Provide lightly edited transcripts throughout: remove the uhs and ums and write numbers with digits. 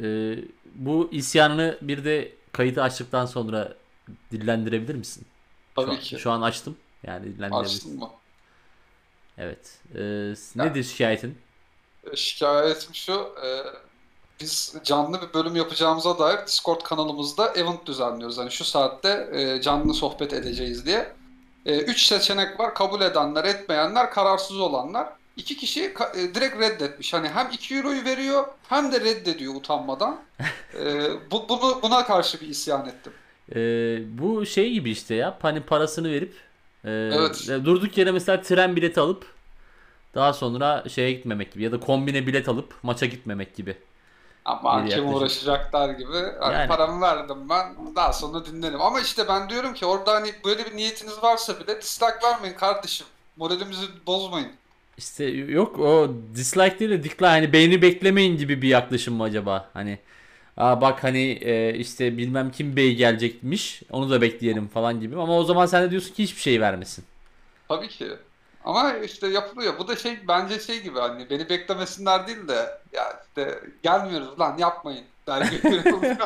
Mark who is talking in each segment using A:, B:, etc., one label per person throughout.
A: Bu isyanını bir de kayıtı açtıktan sonra dillendirebilir misin? Şu
B: Tabii
A: an,
B: ki.
A: şu an açtım. Yani
B: Açtın
A: dillendirebilirsin.
B: mı?
A: Evet.
B: Yani,
A: Nedir şikayetin?
B: şikayetim şu. Biz canlı bir bölüm yapacağımıza dair Discord kanalımızda event düzenliyoruz. Hani şu saatte canlı sohbet edeceğiz diye. Üç seçenek var. Kabul edenler, etmeyenler, kararsız olanlar. İki kişi direkt reddetmiş. Hani hem 2 euroyu veriyor hem de reddediyor utanmadan. Buna karşı bir isyan ettim.
A: Bu şey gibi işte ya. Hani parasını verip
B: Evet.
A: durduk yere mesela tren bileti alıp daha sonra şeye gitmemek gibi ya da kombine bilet alıp maça gitmemek gibi bir
B: Ama kim
A: yaklaşım.
B: uğraşacaklar gibi. Hani
A: Yani
B: paramı verdim ben. Daha sonra dinlerim. Ama işte ben diyorum ki orada hani böyle bir niyetiniz varsa bile dislike vermeyin kardeşim. Moralimizi bozmayın.
A: işte yok, o dislike değil de decline, hani beğeni beklemeyin gibi bir yaklaşım mı acaba? Hani bak hani işte bilmem kim bey gelecekmiş, onu da bekleyelim falan gibi, ama o zaman sen de diyorsun ki hiçbir şey vermesin.
B: Tabii ki. Ama işte yapılıyor. Bu da şey bence şey gibi hani beni beklemesinler değil de ya işte gelmiyoruz lan yapmayın der gibi.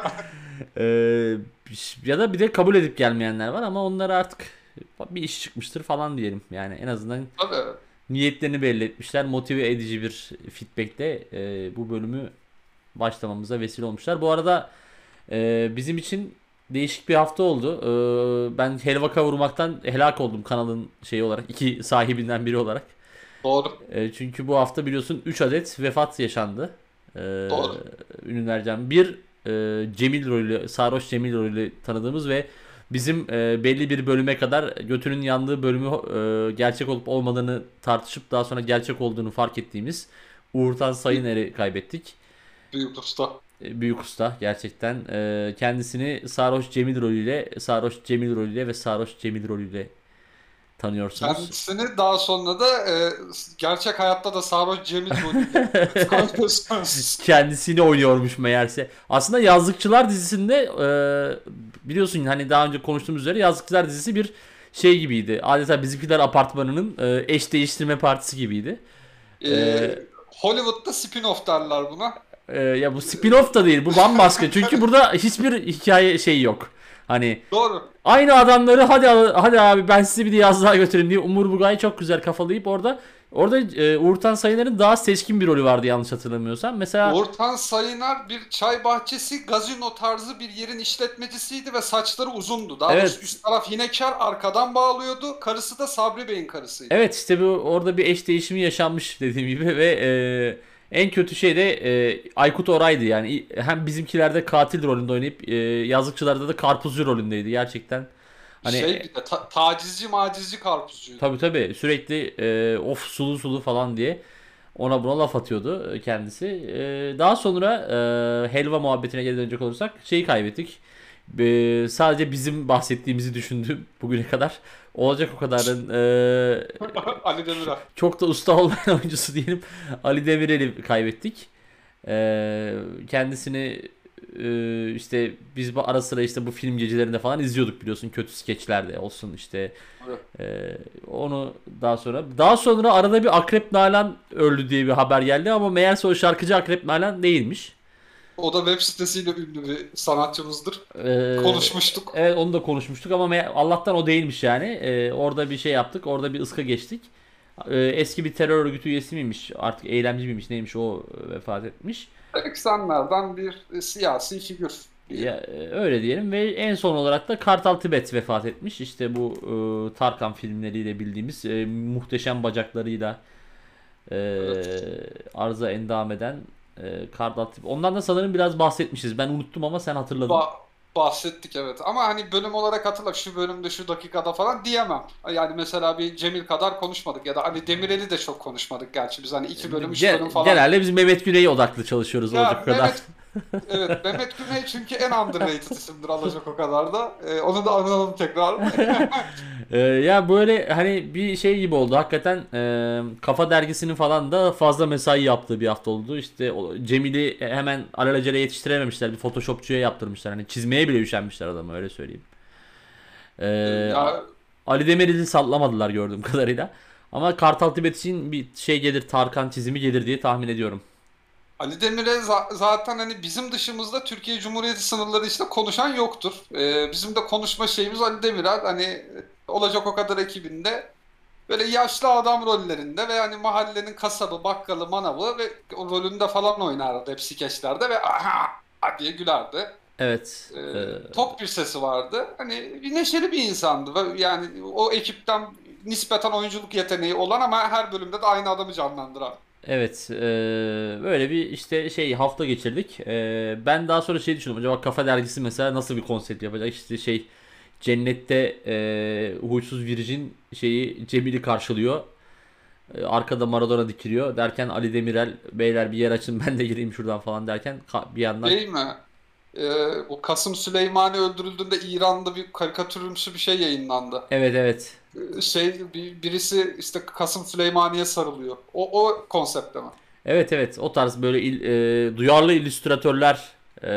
A: Ee, Ya da bir de kabul edip gelmeyenler var ama onlara artık bir iş çıkmıştır falan diyelim. Yani en azından
B: Tabii.
A: niyetlerini belli etmişler. Motive edici bir feedbackle bu bölümü başlamamıza vesile olmuşlar. Bu arada bizim için değişik bir hafta oldu. Ben helva kavurmaktan helak oldum kanalın şeyi olarak. İki sahibinden biri olarak.
B: Doğru.
A: Çünkü bu hafta biliyorsun 3 adet vefat yaşandı. E,
B: Doğru.
A: Ünlülerden. Bir Cemil rolü, Sarhoş Cemil rolü tanıdığımız ve bizim belli bir bölüme kadar götünün yandığı bölümü gerçek olup olmadığını tartışıp daha sonra gerçek olduğunu fark ettiğimiz Uğurtan
B: Büyük,
A: Sayıner'i kaybettik.
B: büyük usta.
A: Büyük usta gerçekten. Kendisini Sarhoş Cemil rolüyle ve Sarhoş Cemil rolüyle tanıyorsunuz.
B: Kendisini daha sonra da gerçek hayatta da Sarhoş Cemil rolüyle tanıyorsunuz.
A: Kendisini oynuyormuş meğerse. Aslında Yazlıkçılar dizisinde biliyorsun hani daha önce konuştuğumuz üzere Yazlıkçılar dizisi bir şey gibiydi. Adeta Bizimkiler Apartmanı'nın eş değiştirme partisi gibiydi. E,
B: Hollywood'da spin-off derler buna.
A: Ya bu spin-off da değil, bu bambaşka. Çünkü burada hiçbir hikaye şey yok. Hani
B: Doğru.
A: aynı adamları hadi abi ben sizi bir de yazlığa götüreyim diye Umur Bugay'ı çok güzel kafalayıp orada Uğurtan Sayıner'in daha seçkin bir rolü vardı yanlış hatırlamıyorsam. Mesela
B: Orhan Sayınar bir çay bahçesi, gazino tarzı bir yerin işletmecisiydi ve saçları uzundu. Daha doğrusu
A: evet,
B: üst taraf yine kar arkadan bağlıyordu. Karısı da Sabri Bey'in karısıydı.
A: evet, işte bu orada bir eş değişimi yaşanmış dediğim gibi ve en kötü şey de Aykut Oray'dı yani. Hem bizimkilerde katil rolünde oynayıp yazlıkçılarda da karpuzcu rolündeydi gerçekten. Hani
B: Şey bir de tacizci macizci karpuzcuydu.
A: tabii tabii sürekli of sulu sulu falan diye ona buna laf atıyordu kendisi. Daha sonra helva muhabbetine geri dönecek olursak şeyi kaybettik. Sadece bizim bahsettiğimizi düşündüm bugüne kadar. Olacak o kadarın
B: Ali Demirel.
A: çok da usta olmayan oyuncusu diyelim. Ali Demirel'i kaybettik. Kendisini işte biz ara sıra işte bu film gecelerinde falan izliyorduk biliyorsun, kötü skeçlerde olsun işte.
B: Evet.
A: Ee, Onu daha sonra arada bir Akrep Nalan öldü diye bir haber geldi ama meğerse o şarkıcı Akrep Nalan değilmiş.
B: O da web sitesiyle ünlü bir sanatçımızdır.
A: Ee,
B: Konuşmuştuk.
A: evet, onu da konuşmuştuk ama Allah'tan o değilmiş yani. Orada bir şey yaptık, orada bir ıska geçtik. Eski bir terör örgütü üyesi miymiş artık, eylemci miymiş neymiş, o vefat etmiş.
B: 80'lerden bir siyasi figür
A: Ya,
B: diyelim.
A: öyle diyelim ve en son olarak da Kartal Tibet vefat etmiş. İşte bu Tarkan filmleriyle bildiğimiz muhteşem bacaklarıyla e,
B: Evet.
A: arıza endam eden Kartal Tibet. Ondan da sanırım biraz bahsetmişiz. Ben unuttum ama sen hatırladın.
B: Ba- bahsettik evet. Ama hani bölüm olarak hatırla şu bölümde şu dakikada falan diyemem. Yani mesela bir Cemil kadar konuşmadık ya da Ali Demirel'i de çok konuşmadık gerçi biz hani 2 bölüm 3 bölüm falan.
A: Genelde biz Mehmet Güney'e odaklı çalışıyoruz olacak
B: Ya
A: o kadar.
B: evet Mehmet Güney çünkü en underrated isimdir alacak o kadar da. Onu da analım tekrar.
A: Ya böyle hani bir şey gibi oldu hakikaten, Kafa Dergisi'nin falan da fazla mesai yaptığı bir hafta oldu. İşte Cemil'i hemen alelacele yetiştirememişler, bir photoshopçuya yaptırmışlar, hani çizmeye bile üşenmişler adamı, öyle söyleyeyim. Ee,
B: Ya
A: Ali Demirel'i sallamadılar gördüğüm kadarıyla, ama Kartal Tibet için bir şey gelir, Tarkan çizimi gelir diye tahmin ediyorum.
B: Ali Demir'e zaten hani bizim dışımızda Türkiye Cumhuriyeti sınırları işte konuşan yoktur. Bizim de konuşma şeyimiz Ali Demirel hani olacak o kadar ekibinde böyle yaşlı adam rollerinde ve hani mahallenin kasabı, bakkalı, manavı ve o rolünde falan oynardı hep skeçlerde ve aha diye gülerdi.
A: Evet.
B: Tok bir sesi vardı. Hani bir neşeli bir insandı. Ve yani o ekipten nispeten oyunculuk yeteneği olan ama her bölümde de aynı adamı canlandıran.
A: Evet, böyle bir işte şey hafta geçirdik. Ben daha sonra şey düşündüm. Acaba Kafa Dergisi mesela nasıl bir konsept yapacak? İşte şey cennette huysuz Virgin şeyi Cemil'i karşılıyor. Arkada Maradona dikiliyor derken Ali Demirel beyler bir yer açın ben de gireyim şuradan falan derken bir yandan
B: Değil mi? Bu Kasım Süleymani öldürüldüğünde İran'da bir karikatürümsü bir şey yayınlandı.
A: evet evet.
B: Birisi işte Kasım Süleymani'ye sarılıyor. O konsepte mi?
A: Evet evet o tarz böyle duyarlı illüstratörler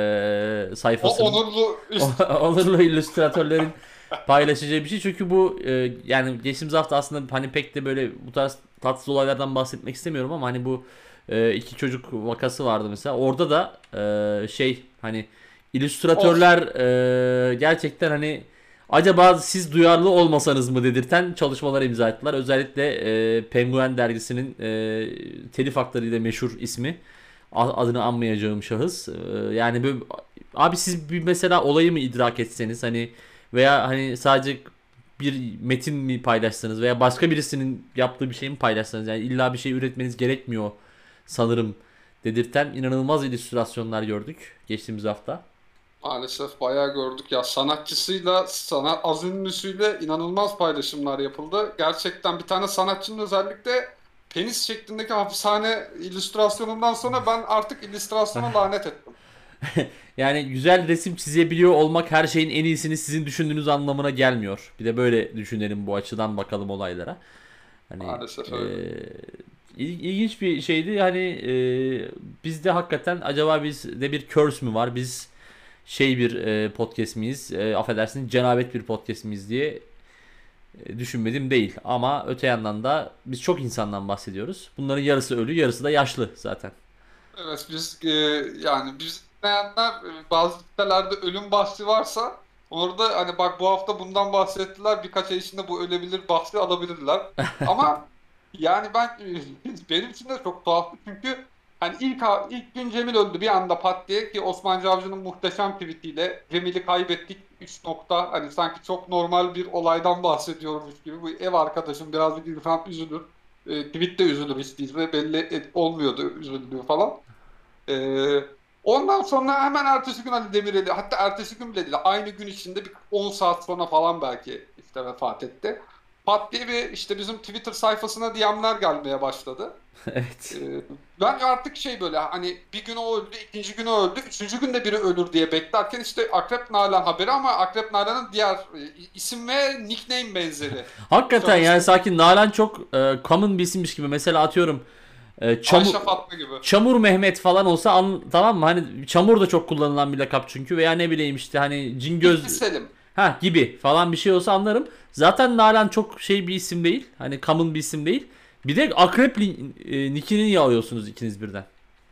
B: O
A: sayfasının
B: onurlu üst.
A: onurlu illüstratörlerin paylaşacağı bir şey. Çünkü bu yani geçtiğimiz hafta aslında hani pek de böyle bu tarz tatsız olaylardan bahsetmek istemiyorum ama hani bu iki çocuk vakası vardı mesela. Orada da şey hani
B: Of.
A: illüstratörler gerçekten hani acaba siz duyarlı olmasanız mı dedirten çalışmalar imza ettiler. Özellikle Penguen dergisinin telif haklarıyla meşhur ismi adını anmayacağım şahıs. Yani böyle abi siz bir mesela olayı mı idrak etseniz hani veya hani sadece bir metin mi paylaşsanız veya başka birisinin yaptığı bir şey mi paylaşsanız yani illa bir şey üretmeniz gerekmiyor sanırım dedirten inanılmaz illüstrasyonlar gördük geçtiğimiz hafta.
B: Maalesef bayağı gördük ya. Sanatçısıyla, sanat az ünlüsüyle inanılmaz paylaşımlar yapıldı. Gerçekten bir tane sanatçının özellikle penis şeklindeki hapishane illüstrasyonundan sonra ben artık illüstrasyona lanet ettim.
A: Yani güzel resim çizebiliyor olmak her şeyin en iyisini sizin düşündüğünüz anlamına gelmiyor. Bir de böyle düşünelim bu açıdan bakalım olaylara. Hani
B: Maalesef öyle.
A: ilginç bir şeydi. Hani bizde hakikaten acaba bizde bir curse mü var? Biz şey bir podcast miyiz? Affedersin cenabet bir podcast miyiz diye düşünmedim değil. Ama öte yandan da biz çok insandan bahsediyoruz. Bunların yarısı ölü, yarısı da yaşlı zaten.
B: Evet biz yani biz dinleyenler bazı sitelerde ölüm bahsi varsa orada hani bak bu hafta bundan bahsettiler birkaç ay içinde bu ölebilir bahsi alabilirler. Ama yani ben benim için de çok tuhaftı çünkü hani ilk gün Cemil öldü bir anda pat diye ki Osman Cavcı'nın muhteşem tweetiyle Cemil'i kaybettik 3 nokta hani sanki çok normal bir olaydan bahsediyormuş gibi bu ev arkadaşım birazcık İrfan üzülür. Tweette üzülür hiç değilse belli olmuyordu üzüldüğü falan. Ee, Ondan sonra hemen ertesi gün Ali Demirel'i hatta ertesi gün bile değil aynı gün içinde bir 10 saat sonra falan belki işte vefat etti. Pat diye bir işte bizim Twitter sayfasına DM'ler gelmeye başladı. Ee,
A: Evet.
B: Ben artık şey böyle hani bir gün o öldü, ikinci gün o öldü, üçüncü günde biri ölür diye beklerken işte Akrep Nalan haberi ama Akrep Nalan'ın diğer isim ve nickname benzeri
A: Hakikaten yani
B: şahıs
A: sanki Nalan çok common bir isimmiş gibi. Mesela atıyorum çamur
B: Ayşe Fatma gibi.
A: Çamur Mehmet falan olsa tamam mı? Hani çamur da çok kullanılan bir lakap çünkü veya ne bileyim işte hani
B: Gitti
A: Cingöz
B: Selim.
A: ha gibi falan bir şey olsa anlarım. Zaten Nalan çok şey bir isim değil. Hani common bir isim değil. Bir de Akrep nickini niye alıyorsunuz ikiniz birden?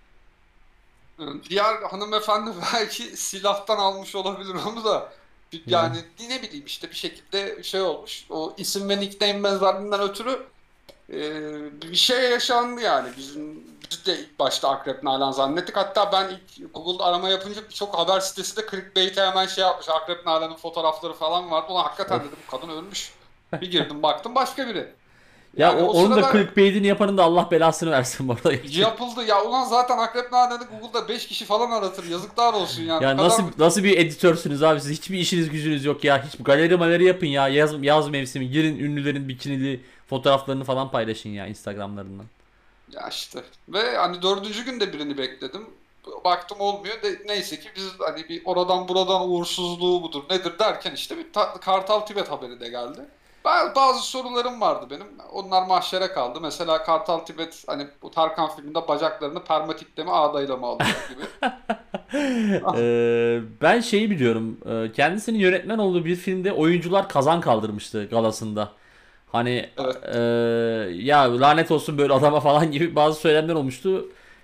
B: Diğer hanımefendi belki silahtan almış olabilir onu da
A: Yani.
B: yani ne bileyim işte bir şekilde şey olmuş. O isim ve nickname benzerliğinden ötürü bir şey yaşandı yani. Biz de ilk başta Akrep Nalan zannettik. Hatta ben ilk Google'da arama yapınca birçok haber sitesi de clickbait'e hemen şey yapmış. Akrep Nalan'ın fotoğrafları falan vardı. Ulan hakikaten
A: Of.
B: dedim kadın ölmüş. Bir girdim baktım başka biri.
A: Ya
B: Yani o
A: onun da
B: sırada
A: clickbait'ini yapanın da Allah belasını versin bu arada.
B: yapıldı. Ya ulan zaten Akrep Nalan'ı Google'da 5 kişi falan aratır. Yazıklar olsun yani. Bu
A: Ya
B: kadar
A: nasıl bir editörsünüz abi siz? Hiçbir işiniz gücünüz yok ya. Hiç galeri yapın ya. Yaz mevsimi girin ünlülerin bikinili fotoğraflarını falan paylaşın ya Instagram'larından.
B: ya işte. Ve hani dördüncü günde birini bekledim. Baktım olmuyor. Neyse ki biz hani bir oradan buradan uğursuzluğu budur nedir derken işte bir Kartal Tibet haberi de geldi. Bazı sorularım vardı benim. Onlar mahşere kaldı. Mesela Kartal Tibet hani bu Tarkan filminde bacaklarını permatikle mi ağdayla mı alıyor gibi. Ah,
A: Ben şeyi biliyorum. Kendisinin yönetmen olduğu bir filmde oyuncular kazan kaldırmıştı galasında. Hani
B: evet.
A: ya lanet olsun böyle adama falan gibi bazı söylemler olmuştu.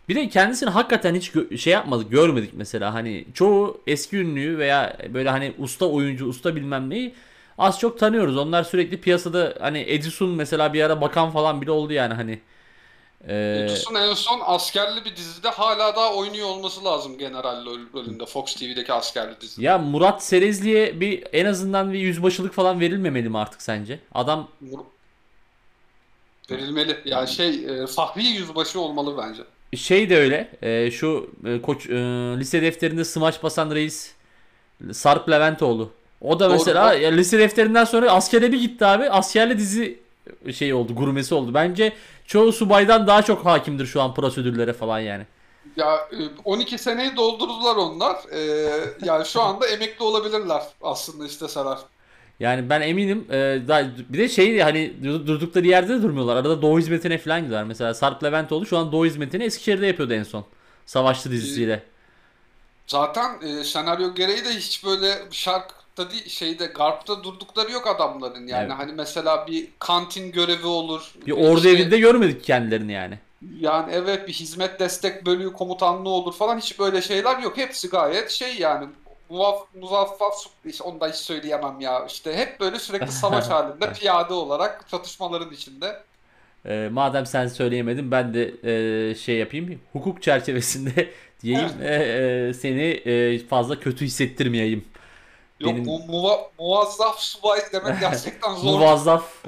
A: Bir de kendisini hakikaten hiç şey yapmadık, görmedik mesela. Hani çoğu eski ünlüyü veya böyle hani usta oyuncu, usta bilmem neyi az çok tanıyoruz. Onlar sürekli piyasada, hani Edison mesela bir ara bakan falan bile oldu yani hani. Ee,
B: Edison en son askerli bir dizide hala daha oynuyor olması lazım general rolünde. Fox TV'deki askerli dizide.
A: Ya Murat Serezli'ye bir en azından bir yüzbaşılık falan verilmemeli mi artık sence? Adam
B: Verilmeli. Yani Fahri Yüzbaşı olmalı bence.
A: şey de öyle. Şu koç lise defterinde smaç basan reis Sarp Leventoğlu. O da
B: Doğru.
A: mesela ya, lise defterinden sonra askere bir gitti abi. Askerli dizi şey oldu, gurmesi oldu. Bence çoğu subaydan daha çok hakimdir şu an prosedürlere falan yani.
B: 12 seneyi doldurdular onlar. Yani şu anda emekli olabilirler aslında isteseler.
A: Yani ben eminim bir de şey hani durdukları yerde de durmuyorlar. Arada Doğu Hizmeti'ne falan gidiyorlar. Mesela Sarp Leventoğlu şu an Doğu Hizmeti'ni Eskişehir'de yapıyordu en son. Savaşçı
B: E,
A: dizisiyle.
B: Zaten senaryo gereği de hiç böyle şarkta değil, Garp'ta durdukları yok adamların yani.
A: Yani
B: Hani mesela bir kantin görevi olur.
A: bir ordu evinde görmedik kendilerini yani.
B: Yani evet, bir hizmet destek bölüğü komutanlığı olur falan, hiç böyle şeyler yok. Hepsi gayet yani muvaffak, işte onu da hiç söyleyemem ya. İşte hep böyle sürekli savaş halinde piyade olarak çatışmaların içinde.
A: Madem sen söyleyemedin ben de şey yapayım. Hukuk çerçevesinde diyeyim, seni fazla kötü hissettirmeyeyim.
B: Yok,
A: Benim
B: muvazzaf subay demek gerçekten zor.
A: muvazzaf,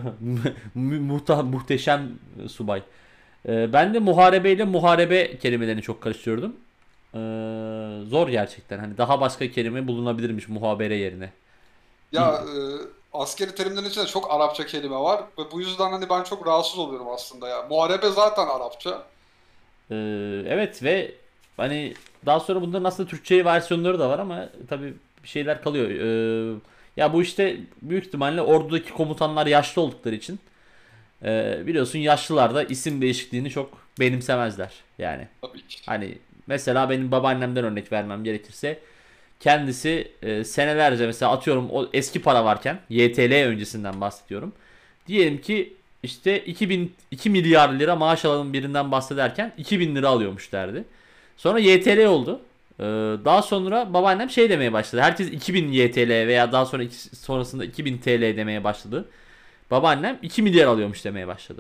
A: muhteşem subay. Ben de muharebeyle muharebe kelimelerini çok karıştırıyordum. E, Zor gerçekten. Hani daha başka kelime bulunabilirmiş muhabere yerine.
B: Ya
A: Bil-
B: askeri terimlerin içinde çok Arapça kelime var ve bu yüzden hani ben çok rahatsız oluyorum aslında ya. Muharebe zaten Arapça.
A: e, evet ve hani daha sonra bunların aslında Türkçe versiyonları da var ama tabii bir şeyler kalıyor. Ya bu işte büyük ihtimalle ordudaki komutanlar yaşlı oldukları için, biliyorsun yaşlılar da isim değişikliğini çok benimsemezler. Yani
B: Tabii ki.
A: hani mesela benim babaannemden örnek vermem gerekirse, kendisi senelerce mesela atıyorum o eski para varken YTL öncesinden bahsediyorum. Diyelim ki işte 2 milyar lira maaş alan birinden bahsederken 2000 lira alıyormuş derdi. Sonra YTL oldu. Daha sonra babaannem şey demeye başladı. Herkes 2000 YTL veya daha sonra sonrasında 2000 TL demeye başladı. Babaannem 2 milyar alıyormuş demeye başladı.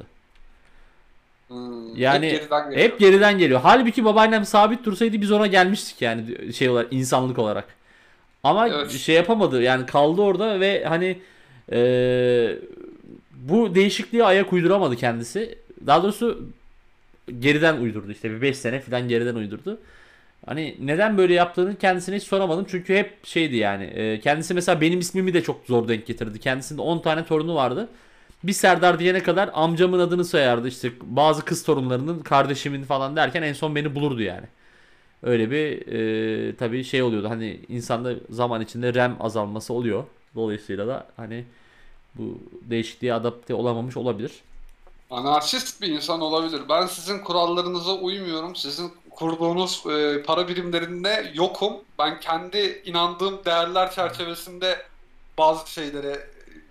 B: Hep
A: Yani
B: geriden
A: hep
B: geliyor.
A: geriden geliyor. Halbuki babaannem sabit dursaydı biz ona gelmiştik yani, şey olarak, insanlık olarak. Ama
B: Evet.
A: şey yapamadı yani, kaldı orada ve hani bu değişikliğe ayak uyduramadı kendisi. Daha doğrusu geriden uydurdu, işte bir 5 sene falan geriden uydurdu. Hani neden böyle yaptığını kendisine hiç soramadım. Çünkü hep şeydi yani. Kendisi mesela benim ismimi de çok zor denk getirdi. Kendisinde 10 tane torunu vardı. Bir Serdar diyene kadar amcamın adını sayardı. İşte bazı kız torunlarının, kardeşimin falan derken en son beni bulurdu yani. Öyle bir tabii şey oluyordu. Hani insanda zaman içinde RAM azalması oluyor. Dolayısıyla da hani bu değişikliğe adapte olamamış olabilir.
B: Anarşist bir insan olabilir. Ben sizin kurallarınıza uymuyorum. Sizin kurduğunuz para birimlerinde yokum. Ben kendi inandığım değerler çerçevesinde bazı şeylere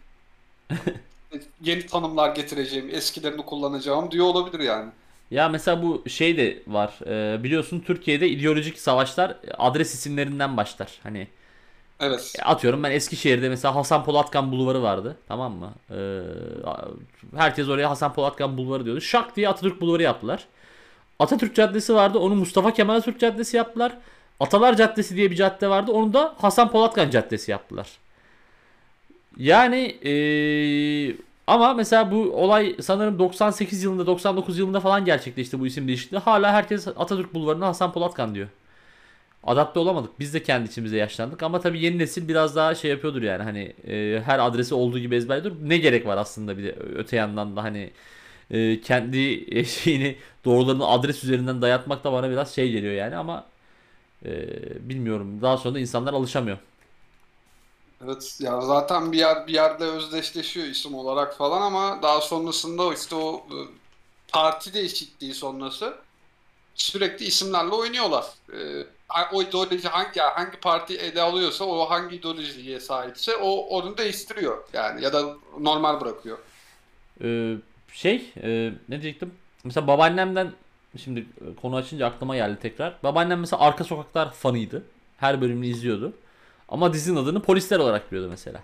B: yeni tanımlar getireceğim, eskilerini kullanacağım diyor olabilir yani.
A: Ya mesela bu şey de var. Biliyorsun Türkiye'de ideolojik savaşlar adres isimlerinden başlar. Hani
B: Evet.
A: atıyorum ben Eskişehir'de mesela Hasan Polatkan Bulvarı vardı. Tamam mı? Herkes oraya Hasan Polatkan Bulvarı diyordu. Şak diye Atatürk Bulvarı yaptılar. Atatürk Caddesi vardı. Onu Mustafa Kemal Atatürk Caddesi yaptılar. Atalar Caddesi diye bir cadde vardı. Onu da Hasan Polatkan Caddesi yaptılar. Yani ama mesela bu olay sanırım 98 yılında 99 yılında falan gerçekleşti, bu isim değişikliği. Hala herkes Atatürk Bulvarı'na Hasan Polatkan diyor. Adapte olamadık. Biz de kendi içimizde yaşlandık ama tabii yeni nesil biraz daha şey yapıyordur yani, hani her adresi olduğu gibi ezberliyordur. Ne gerek var aslında, bir de öte yandan da hani kendi şeyini, doğrularını adres üzerinden dayatmak da bana biraz şey geliyor yani, ama bilmiyorum. Daha sonra da insanlar alışamıyor.
B: Evet ya, zaten bir yerde özdeşleşiyor isim olarak falan ama daha sonrasında işte parti değişikliği sonrası sürekli isimlerle oynuyorlar. O ideoloji hangi parti ele alıyorsa, o hangi ideolojiye sahipse o onu değiştiriyor yani, ya da normal bırakıyor.
A: Şey, ne diyecektim? Mesela babaannemden Şimdi konu açınca aklıma geldi tekrar. Babaannem mesela Arka Sokaklar fanıydı. Her bölümünü izliyordu. Ama dizinin adını Polisler olarak biliyordu mesela.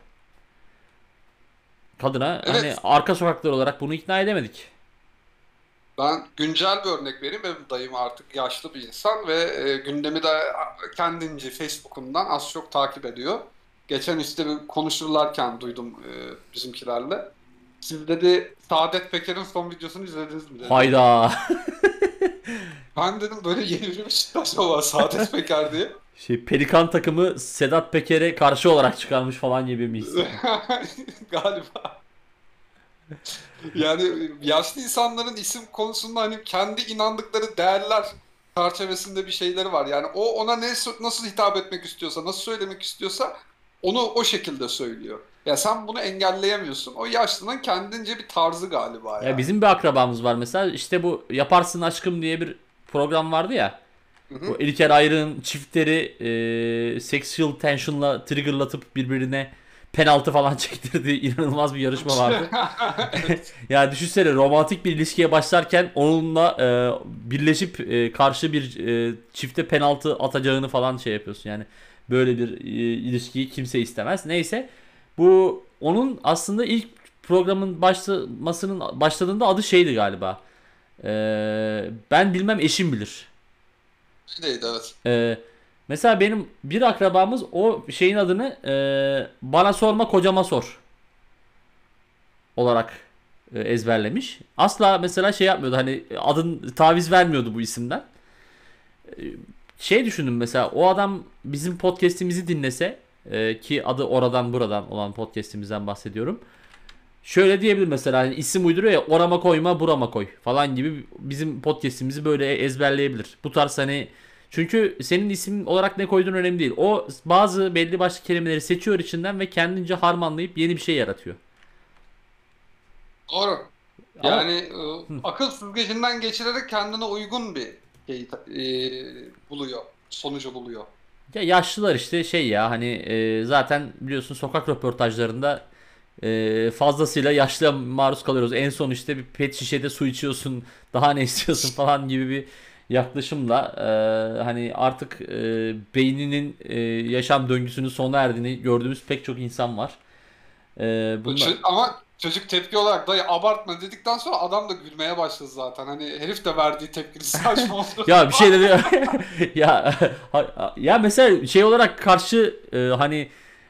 A: Kadına hani
B: Evet,
A: Arka Sokaklar olarak bunu ikna edemedik.
B: ben güncel bir örnek vereyim. Benim dayım artık yaşlı bir insan ve gündemi de kendince Facebook'undan az çok takip ediyor. Geçen işte bir konuşurlarken duydum bizimkilerle. Siz dedi Saadet Peker'in son videosunu izlediniz mi dedi.
A: Hayda.
B: Ben dedim böyle yeni biri mi çıktı acaba Saadet Peker diye.
A: Pelikan takımı Sedat Peker'e karşı olarak çıkarmış falan gibi mi hissettim?
B: Galiba. Yani yaşlı insanların isim konusunda hani kendi inandıkları değerler çerçevesinde bir şeyleri var. Yani o ona nasıl hitap etmek istiyorsa, nasıl söylemek istiyorsa onu o şekilde söylüyor. Ya sen bunu engelleyemiyorsun. O yaşlının kendince bir tarzı galiba
A: Ya
B: yani.
A: bizim bir akrabamız var mesela. İşte bu Yaparsın Aşkım diye bir program vardı ya.
B: Hı
A: Bu
B: hı.
A: İlker Ayrık'ın çiftleri sexual tension'la triggerlatıp birbirine penaltı falan çektirdiği inanılmaz bir yarışma vardı.
B: Evet.
A: Ya düşünsene romantik bir ilişkiye başlarken onunla birleşip karşı bir çifte penaltı atacağını falan şey yapıyorsun. Yani böyle bir ilişkiyi kimse istemez. Neyse bu onun aslında ilk programın başladığında adı şeydi galiba. Ben bilmem eşim bilir.
B: Öyleydi evet.
A: E, Mesela benim bir akrabamız o şeyin adını bana sorma kocama sor olarak ezberlemiş. Asla mesela şey yapmıyordu hani adın taviz vermiyordu bu isimden. E, Şey düşündüm mesela o adam bizim podcast'imizi dinlese ki adı oradan buradan olan podcast'imizden bahsediyorum. Şöyle diyebilir mesela hani isim uyduruyor ya orama koyma burama koy falan gibi bizim podcast'imizi böyle ezberleyebilir. Bu tarz hani çünkü senin isim olarak ne koyduğun önemli değil. O bazı belli başlı kelimeleri seçiyor içinden ve kendince harmanlayıp yeni bir şey yaratıyor.
B: Doğru.
A: Ama
B: Yani akıl süzgecinden geçirerek kendine uygun bir şey buluyor. Sonucu buluyor.
A: ya yaşlılar işte şey ya hani zaten biliyorsun sokak röportajlarında fazlasıyla yaşlıya maruz kalıyoruz. En son işte bir pet şişede su içiyorsun daha ne istiyorsun falan gibi bir yaklaşımla hani artık beyninin yaşam döngüsünün sona erdiğini gördüğümüz pek çok insan var. Bunlar
B: Ama çocuk tepki olarak dayı abartma dedikten sonra adam da gülmeye başladı zaten. Hani herif de verdiği tepkinin saçma olduğunu
A: ya bir şey
B: fark
A: dedi ya ya mesela şey olarak karşı hani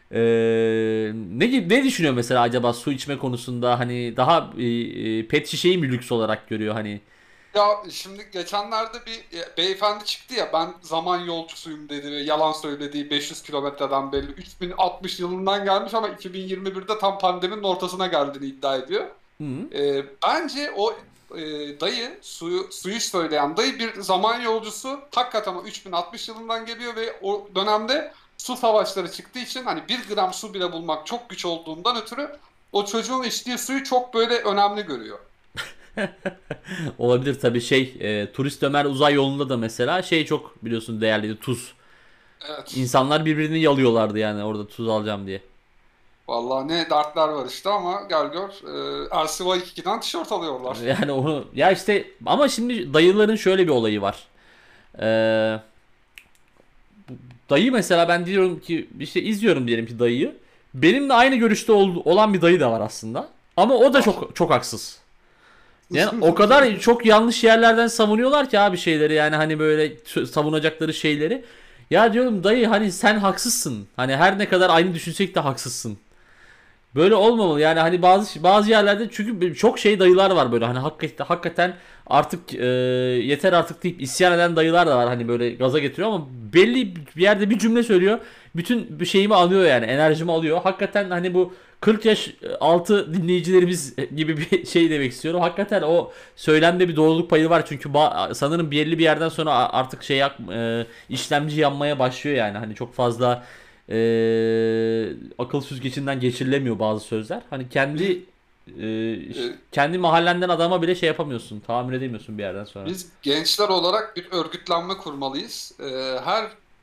A: ne düşünüyor mesela acaba su içme konusunda hani daha pet şişeyi mi lüks olarak görüyor hani.
B: Ya şimdi geçenlerde bir beyefendi çıktı ya ben zaman yolcusuyum dedi ve yalan söylediği 500 kilometreden belli 3060 yılından gelmiş ama 2021'de tam pandeminin ortasına geldiğini iddia ediyor.
A: Hı.
B: Bence o dayı suyu söyleyen dayı bir zaman yolcusu hakikaten o 3060 yılından geliyor ve o dönemde su savaşları çıktığı için hani bir gram su bile bulmak çok güç olduğundan ötürü o çocuğun içtiği suyu çok böyle önemli görüyor.
A: Olabilir tabii şey Turist Ömer Uzay Yolu'nda da mesela şey çok biliyorsun değerliydi tuz.
B: Evet.
A: İnsanlar birbirini yalıyorlardı yani orada tuz alacağım diye.
B: Vallahi ne dertler var işte ama gel gör LCY2'den tişört alıyorlar.
A: Yani onu ya işte ama şimdi dayıların şöyle bir olayı var. Ee, Dayı mesela ben diyorum ki işte izliyorum diyelim ki dayıyı. Benimle aynı görüşte olan bir dayı da var aslında. Ama o da
B: Var.
A: çok çok haksız. Yani o kadar çok yanlış yerlerden savunuyorlar ki abi şeyleri yani hani böyle savunacakları şeyleri. Ya diyorum dayı hani sen haksızsın. Hani her ne kadar aynı düşünsek de haksızsın. Böyle olmamalı yani hani bazı yerlerde çünkü çok şey dayılar var böyle hani hakikaten artık yeter artık deyip isyan eden dayılar da var hani böyle gaza getiriyor ama belli bir yerde bir cümle söylüyor bütün bir şeyimi alıyor yani enerjimi alıyor hakikaten hani bu 40 yaş altı dinleyicilerimiz gibi bir şey demek istiyorum hakikaten o söylemde bir doğruluk payı var çünkü sanırım belli bir yerden sonra artık işlemci yanmaya başlıyor yani hani çok fazla akıl süzgecinden geçirilemiyor bazı sözler. Hani
B: Biz, e,
A: kendi mahallenden adama bile şey yapamıyorsun. Tahammül edemiyorsun bir yerden sonra.
B: biz gençler olarak bir örgütlenme kurmalıyız. Her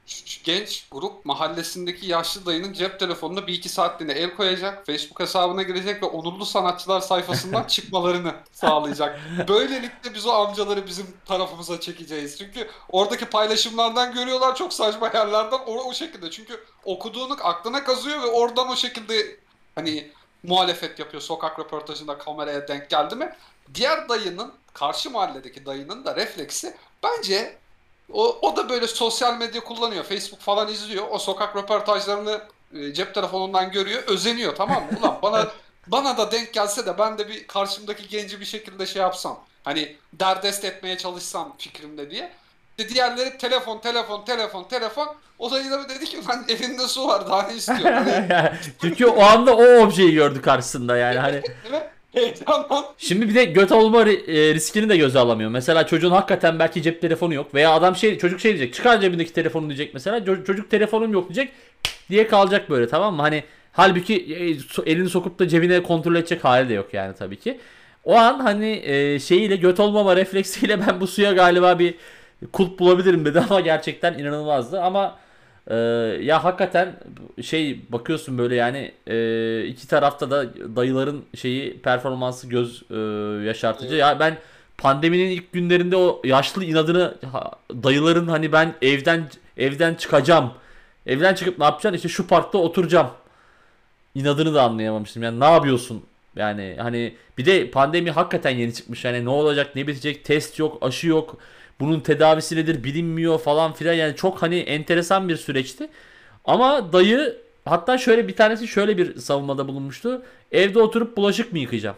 B: şu genç grup mahallesindeki yaşlı dayının cep telefonuna bir iki saatliğine el koyacak. Facebook hesabına girecek ve onurlu sanatçılar sayfasından çıkmalarını sağlayacak. Böylelikle biz o amcaları bizim tarafımıza çekeceğiz. Çünkü oradaki paylaşımlardan görüyorlar çok saçma yerlerden o şekilde. Çünkü okuduğunu aklına kazıyor ve oradan o şekilde hani muhalefet yapıyor. Sokak röportajında kameraya denk geldi mi? Diğer dayının, karşı mahalledeki dayının da refleksi bence o da böyle sosyal medya kullanıyor. Facebook falan izliyor. O sokak röportajlarını cep telefonundan görüyor. Özeniyor, tamam mı? Ulan bana da denk gelse de ben de bir karşımdaki genci bir şekilde şey yapsam. Hani derdest etmeye çalışsam fikrimde diye. Diğerleri telefon, telefon, telefon, telefon. O dayı da dedi ki lan elinde su var daha ne istiyor? Hani
A: Çünkü o anda o objeyi gördü karşısında yani hani.
B: heyecandan.
A: Şimdi bir de göt olma riskini de göze alamıyor. Mesela çocuğun hakikaten belki cep telefonu yok veya adam çocuk şey diyecek. Çıkar cebindeki telefonu diyecek mesela. Çocuk telefonum yok diyecek diye kalacak böyle, tamam mı? Hani halbuki elini sokup da cebine kontrol edecek hali de yok yani tabii ki. O an hani şeyiyle, göt olmama refleksiyle ben bu suya galiba bir kulp bulabilirim dedi ama gerçekten inanılmazdı. Ama ya hakikaten şey bakıyorsun böyle yani iki tarafta da dayıların şeyi performansı göz yaşartıcı.
B: Evet.
A: Ya ben pandeminin ilk günlerinde o yaşlı inadını dayıların hani ben evden çıkacağım. Evden çıkıp ne yapacaksın? İşte şu parkta oturacağım. İnadını da anlayamamıştım. Yani ne yapıyorsun? Yani hani bir de pandemi hakikaten yeni çıkmış. Yani ne olacak, ne bitecek? Test yok, aşı yok. Bunun tedavisi nedir bilinmiyor falan filan. Yani çok hani enteresan bir süreçti. Ama dayı hatta şöyle bir tanesi şöyle bir savunmada bulunmuştu. Evde oturup bulaşık mı yıkayacağım?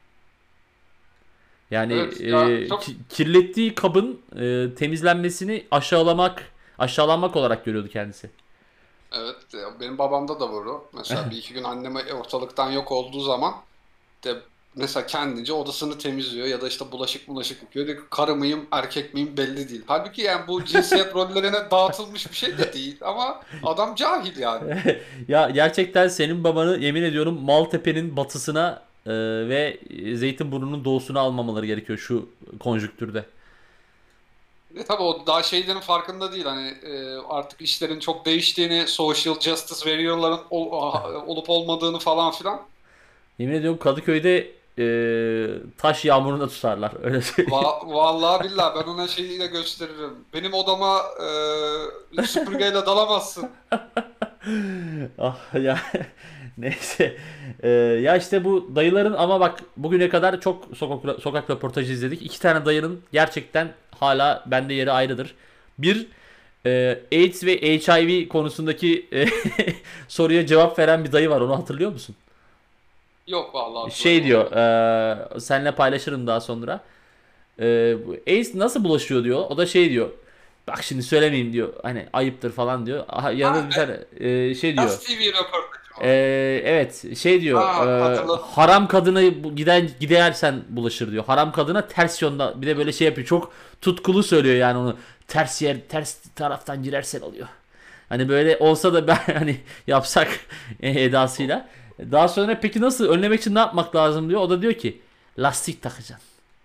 A: Yani
B: Evet ya çok
A: kirlettiği kabın temizlenmesini aşağılamak olarak görüyordu kendisi.
B: evet benim babamda da var o. Mesela bir iki gün annem ortalıktan yok olduğu zaman de mesela kendince odasını temizliyor ya da işte bulaşık yıkıyor. Diyor ki, karı mıyım erkek miyim belli değil. Halbuki yani bu cinsiyet rollerine dağıtılmış bir şey de değil ama adam cahil yani.
A: Ya gerçekten senin babanı yemin ediyorum Maltepe'nin batısına ve Zeytinburnu'nun doğusuna almamaları gerekiyor şu konjüktürde.
B: Tabii o daha şeylerin farkında değil. Hani artık işlerin çok değiştiğini, social justice warrior'ların olup olmadığını falan filan.
A: Yemin ediyorum Kadıköy'de taş yağmuruna tutarlar. Öyle söyleyeyim.
B: Vallahi billahi ben ona şeyi de gösteririm. Benim odama süpürgeyle dalamazsın.
A: Ah ya neyse. Ya işte bu dayıların ama bak bugüne kadar çok sokak röportajı izledik. İki tane dayının gerçekten hala bende yeri ayrıdır. Bir AIDS ve HIV konusundaki soruya cevap veren bir dayı var. Onu hatırlıyor musun?
B: Yok vallahi
A: Şey
B: hatırlamıyorum.
A: diyor, senle paylaşırım daha sonra. Bu AIDS nasıl bulaşıyor diyor. O da şey diyor. Bak şimdi söylemeyeyim diyor. Hani ayıptır falan diyor. Aha, yanında
B: Ha,
A: bir tane şey diyor.
B: Yaz TV röportajı mı?
A: Evet şey diyor.
B: Hatırladım.
A: Haram kadına gidersen bulaşır diyor. Haram kadına ters yönde bir de böyle şey yapıyor. Çok tutkulu söylüyor yani onu. Ters taraftan girersen oluyor. Hani böyle olsa da ben hani yapsak edasıyla. Daha sonra peki nasıl önlemek için ne yapmak lazım diyor. O da diyor ki lastik takacaksın.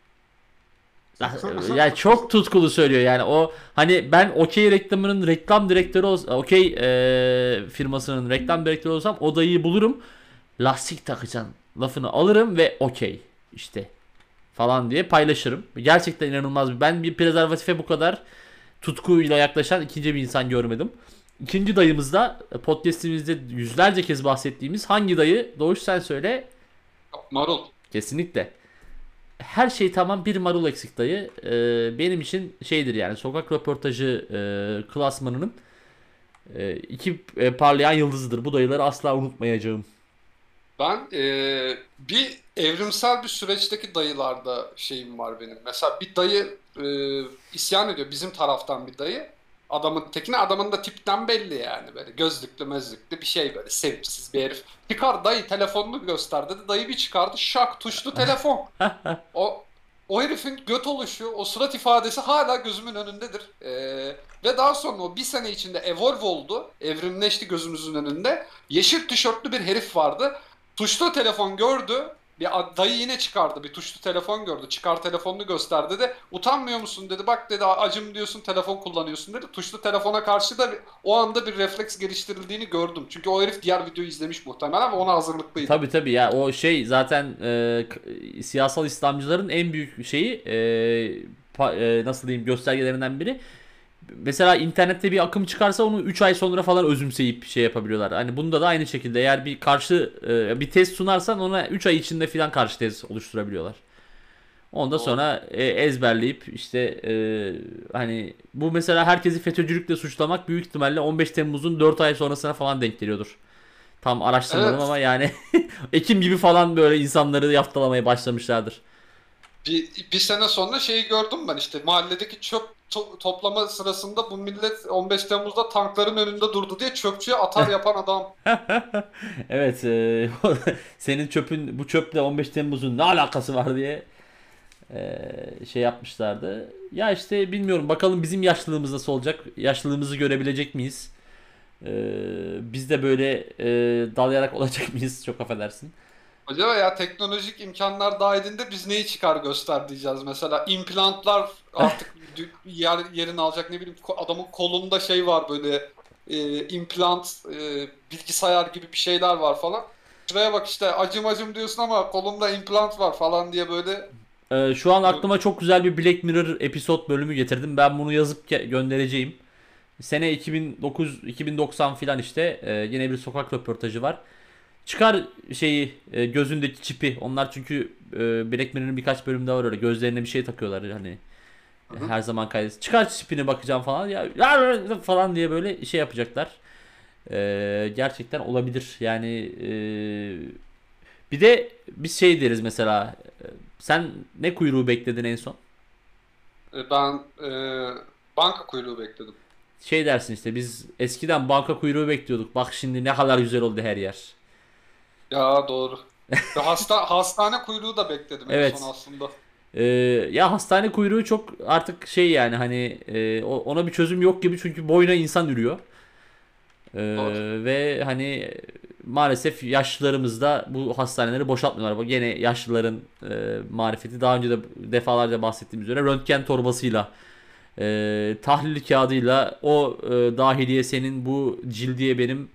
A: Yani çok tutkulu söylüyor yani o hani ben Okey reklamının reklam direktörü olsam Okey firmasının reklam direktörü olsam o dayıyı bulurum, lastik takacaksın lafını alırım ve okey işte falan diye paylaşırım. Gerçekten inanılmaz ben bir prezervatife bu kadar tutkuyla yaklaşan ikinci bir insan görmedim. İkinci dayımız da podcastimizde yüzlerce kez bahsettiğimiz hangi dayı? Doğuş sen söyle.
B: Marul.
A: Kesinlikle. Her şey tamam, bir marul eksik dayı. Benim için şeydir yani sokak röportajı klasmanının iki parlayan yıldızıdır. Bu dayıları asla unutmayacağım.
B: Ben bir evrimsel bir süreçteki dayılarda şeyim var benim. Mesela bir dayı isyan ediyor. Bizim taraftan bir dayı. Adamın tekine adamın da tipten belli yani böyle gözlüklü mözlüklü bir şey böyle sevimsiz bir herif. Çıkar dayı telefonunu göster dedi. Dayı bir çıkardı şak tuşlu telefon. O o herifin göt oluşu, o surat ifadesi hala gözümün önündedir. Ve daha sonra o bir sene içinde evolve oldu, evrimleşti gözümüzün önünde. Yeşil tişörtlü bir herif vardı. Tuşlu telefon gördü. Dayı yine çıkardı. Bir tuşlu telefon gördü. Çıkar telefonunu göster dedi. Utanmıyor musun dedi. Bak dedi, acım diyorsun, telefon kullanıyorsun dedi. Tuşlu telefona karşı da o anda bir refleks geliştirildiğini gördüm. Çünkü o herif diğer videoyu izlemiş muhtemelen ve ona hazırlıklıydı.
A: Tabii tabii ya, o şey zaten siyasal İslamcıların en büyük şeyi, nasıl diyeyim, göstergelerinden biri. Mesela internette bir akım çıkarsa onu 3 ay sonra falan özümseyip şey yapabiliyorlar. Hani bunda da aynı şekilde, eğer bir karşı bir tez sunarsan ona 3 ay içinde falan karşı tez oluşturabiliyorlar. Ondan
B: Doğru.
A: sonra ezberleyip işte, hani bu mesela herkesi FETÖ'cülükle suçlamak büyük ihtimalle 15 Temmuz'un 4 ay sonrasına falan denk geliyordur. Tam araştırmadım
B: Evet.
A: ama yani Ekim gibi falan böyle insanları yaftalamaya başlamışlardır.
B: Bir sene sonra şeyi gördüm ben, işte mahalledeki çöp toplama sırasında bu millet 15 Temmuz'da tankların önünde durdu diye çöpçüye atar yapan adam.
A: Evet, senin çöpün bu çöple 15 Temmuz'un ne alakası var diye şey yapmışlardı. Ya işte bilmiyorum, bakalım bizim yaşlılığımız nasıl olacak? Yaşlılığımızı görebilecek miyiz? E, Biz de böyle dalayarak olacak mıyız? Çok affedersin.
B: Acaba ya teknolojik imkanlar dahilinde biz neyi çıkar göster diyeceğiz. Mesela implantlar artık yerini alacak, ne bileyim, adamın kolunda şey var böyle, implant, bilgisayar gibi bir şeyler var falan. Şuraya bak işte, acım acım diyorsun ama kolumda implant var falan diye böyle.
A: Şu an aklıma çok güzel bir Black Mirror episod bölümü getirdim. Ben bunu yazıp göndereceğim. Sene 2009 2090 filan işte, yine bir sokak röportajı var. Çıkar şeyi, gözündeki çipi. Onlar çünkü Black Mirror'ın birkaç bölümde var öyle. Gözlerine bir şey takıyorlar hani,
B: Hı hı.
A: her zaman kaydetsin. Çıkar çipini bakacağım falan. Ya falan diye böyle şey yapacaklar. Gerçekten olabilir. Yani bir de biz şey deriz mesela. Sen ne kuyruğu bekledin en son?
B: Ben banka kuyruğu bekledim.
A: Şey dersin işte, biz eskiden banka kuyruğu bekliyorduk. Bak şimdi ne kadar güzel oldu her yer.
B: Ya doğru. Ve hastane kuyruğu da bekledim en son
A: Evet.
B: aslında.
A: Ee, Ya hastane kuyruğu çok artık şey yani, hani ona bir çözüm yok gibi, çünkü boyuna insan ürüyor.
B: Doğru.
A: Ve hani maalesef yaşlılarımız da bu hastaneleri boşaltmıyorlar. Bu gene yaşlıların marifeti, daha önce de defalarca bahsettiğimiz üzere röntgen torbasıyla, tahlil kağıdıyla, o dahiliye senin, bu cildiye benim,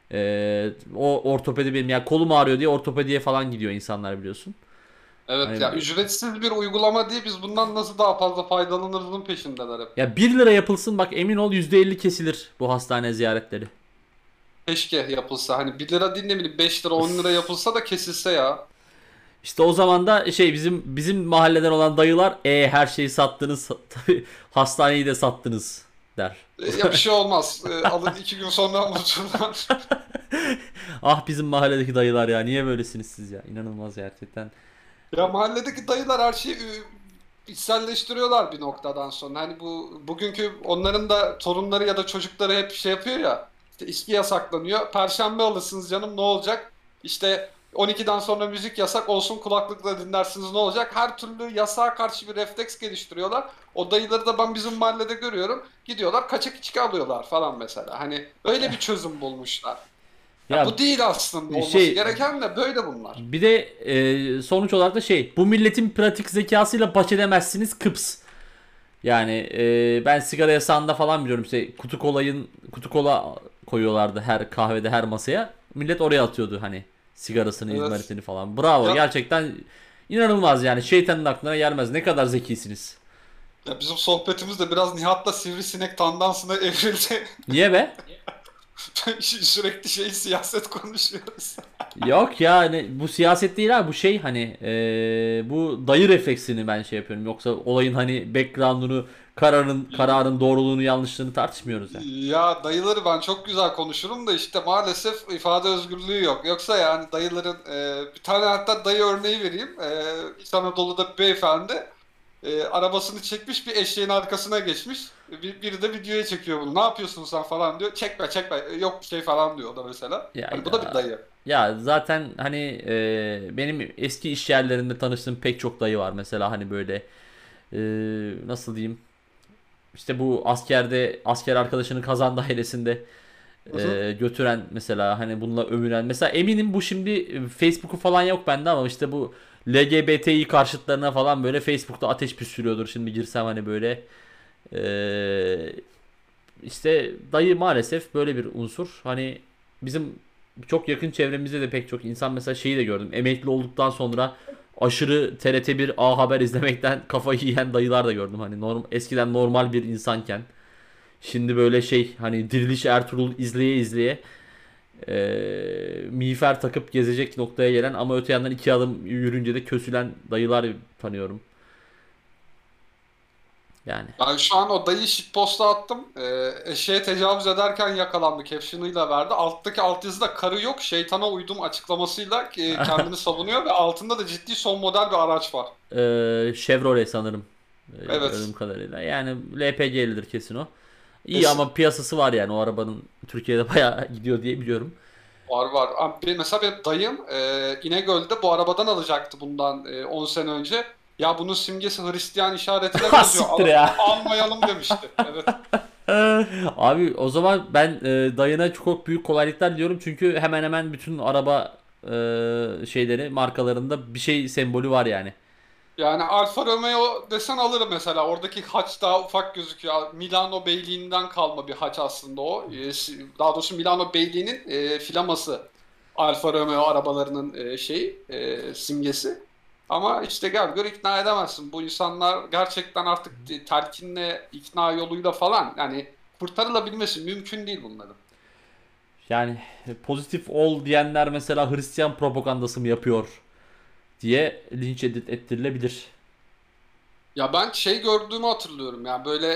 A: o ortopedi benim, yani kolum ağrıyor diye ortopediye falan gidiyor insanlar, biliyorsun.
B: Evet
A: Hani
B: ya, ücretsiz bir uygulama diye biz bundan nasıl daha fazla faydalanırızın peşindeler hep.
A: ya 1 lira yapılsın, bak emin ol %50 kesilir bu hastane ziyaretleri.
B: Keşke yapılsa. Hani 1 lira değil, ne bileyim, 5 lira 10 lira yapılsa da kesilse ya.
A: İşte o zaman da şey, bizim mahalleden olan dayılar, her şeyi sattınız tabii, hastaneyi de sattınız der.
B: Ya bir şey olmaz. Alın 2 gün sonra unuturlar.
A: Ah bizim mahalledeki dayılar ya, niye böylesiniz siz ya, inanılmaz gerçekten.
B: Ya mahalledeki dayılar her şeyi içselleştiriyorlar bir noktadan sonra. Hani bu bugünkü onların da torunları ya da çocukları hep şey yapıyor ya. İşte içki yasaklanıyor. Perşembe alırsınız canım, ne olacak? İşte 12'den sonra müzik yasak olsun, kulaklıkla dinlersiniz, ne olacak? Her türlü yasağa karşı bir refleks geliştiriyorlar. O dayıları da ben bizim mahallede görüyorum. Gidiyorlar kaçak içki alıyorlar falan mesela. Hani öyle bir çözüm bulmuşlar. Ya
A: Ya
B: bu değil aslında olması
A: şey,
B: gereken, de böyle bunlar.
A: bir de sonuç olarak da şey, bu milletin pratik zekasıyla baş edemezsiniz kıps. Yani ben sigara yasağında falan biliyorum, işte kutu kola koyuyorlardı her kahvede, her masaya. Millet oraya atıyordu hani sigarasını,
B: Evet.
A: izmaritini falan. Bravo,
B: Ya
A: gerçekten inanılmaz yani, şeytanın aklına gelmez. Ne kadar zekisiniz.
B: Ya bizim sohbetimiz de biraz Nihat'la sivrisinek tandansına evrildi.
A: Niye be?
B: Sürekli siyaset konuşuyoruz.
A: Yok ya, bu siyaset değil abi, bu şey hani, bu dayı refleksini ben şey yapıyorum. Yoksa olayın hani background'unu, kararın doğruluğunu, yanlışlığını tartışmıyoruz yani.
B: Ya dayıları ben çok güzel konuşurum da işte maalesef ifade özgürlüğü yok. Yoksa yani dayıların, bir tane hatta dayı örneği vereyim. İç Anadolu'da bir beyefendi arabasını çekmiş, bir eşeğin arkasına geçmiş. Biri de videoya çekiyor bunu. Ne yapıyorsun sen falan diyor. Çekme çekme, yok bir şey falan diyor o da mesela.
A: Ya,
B: Hani bu da bir dayı.
A: ya zaten hani benim eski iş yerlerinde tanıştığım pek çok dayı var mesela, hani böyle e, nasıl diyeyim, işte bu asker arkadaşının kazan dairesinde
B: Hı hı.
A: götüren mesela, hani bununla övünen. Mesela eminim bu şimdi Facebook'u falan yok bende ama işte bu LGBTİ karşıtlarına falan böyle Facebook'ta ateş püskürüyordur. Şimdi girsem hani böyle e, işte dayı maalesef böyle bir unsur. Hani bizim çok yakın çevremizde de pek çok insan, mesela şeyi de gördüm. Emekli olduktan sonra aşırı TRT1 A Haber izlemekten kafayı yiyen dayılar da gördüm. Hani eskiden normal bir insanken şimdi böyle şey, hani Diriliş Ertuğrul izleye izleye miğfer takıp gezecek noktaya gelen ama öte yandan iki adım yürünce de kösülen dayılar tanıyorum. Yani.
B: Ben şu an o dayı shitpost'a attım. Eşeğe tecavüz ederken yakalandı caption'ıyla verdi. Alttaki altyazıda karı yok, şeytana uydum açıklamasıyla kendini savunuyor ve altında da ciddi son model bir araç var.
A: Chevrolet sanırım. Gördüğüm
B: Evet.
A: kadarıyla. Yani LPG'lidir kesin o. İyi
B: Kesin.
A: ama piyasası var yani o arabanın Türkiye'de bayağı gidiyor diye biliyorum.
B: Var var. Mesela benim dayım İnegöl'de bu arabadan alacaktı bundan 10 sene önce. Ya bunun simgesi Hristiyan işaretine
A: Ha
B: benziyor.
A: siktir ya.
B: Almayalım demişti. Evet.
A: Abi o zaman ben dayına çok büyük kolaylıklar diliyorum. Çünkü hemen hemen bütün araba şeyleri markalarında bir şey sembolü var yani.
B: Yani Alfa Romeo desen alırım mesela. Oradaki haç daha ufak gözüküyor. Milano Beyliği'nden kalma bir haç aslında o. Daha doğrusu Milano Beyliği'nin filaması. Alfa Romeo arabalarının simgesi. Ama işte gel gör ikna edemezsin. Bu insanlar gerçekten artık telkinle, ikna yoluyla falan yani kurtarılabilmesi mümkün değil bunların.
A: Yani pozitif ol diyenler mesela Hristiyan propagandası mı yapıyor diye linç ettirilebilir.
B: Ya ben şey gördüğümü hatırlıyorum ya böyle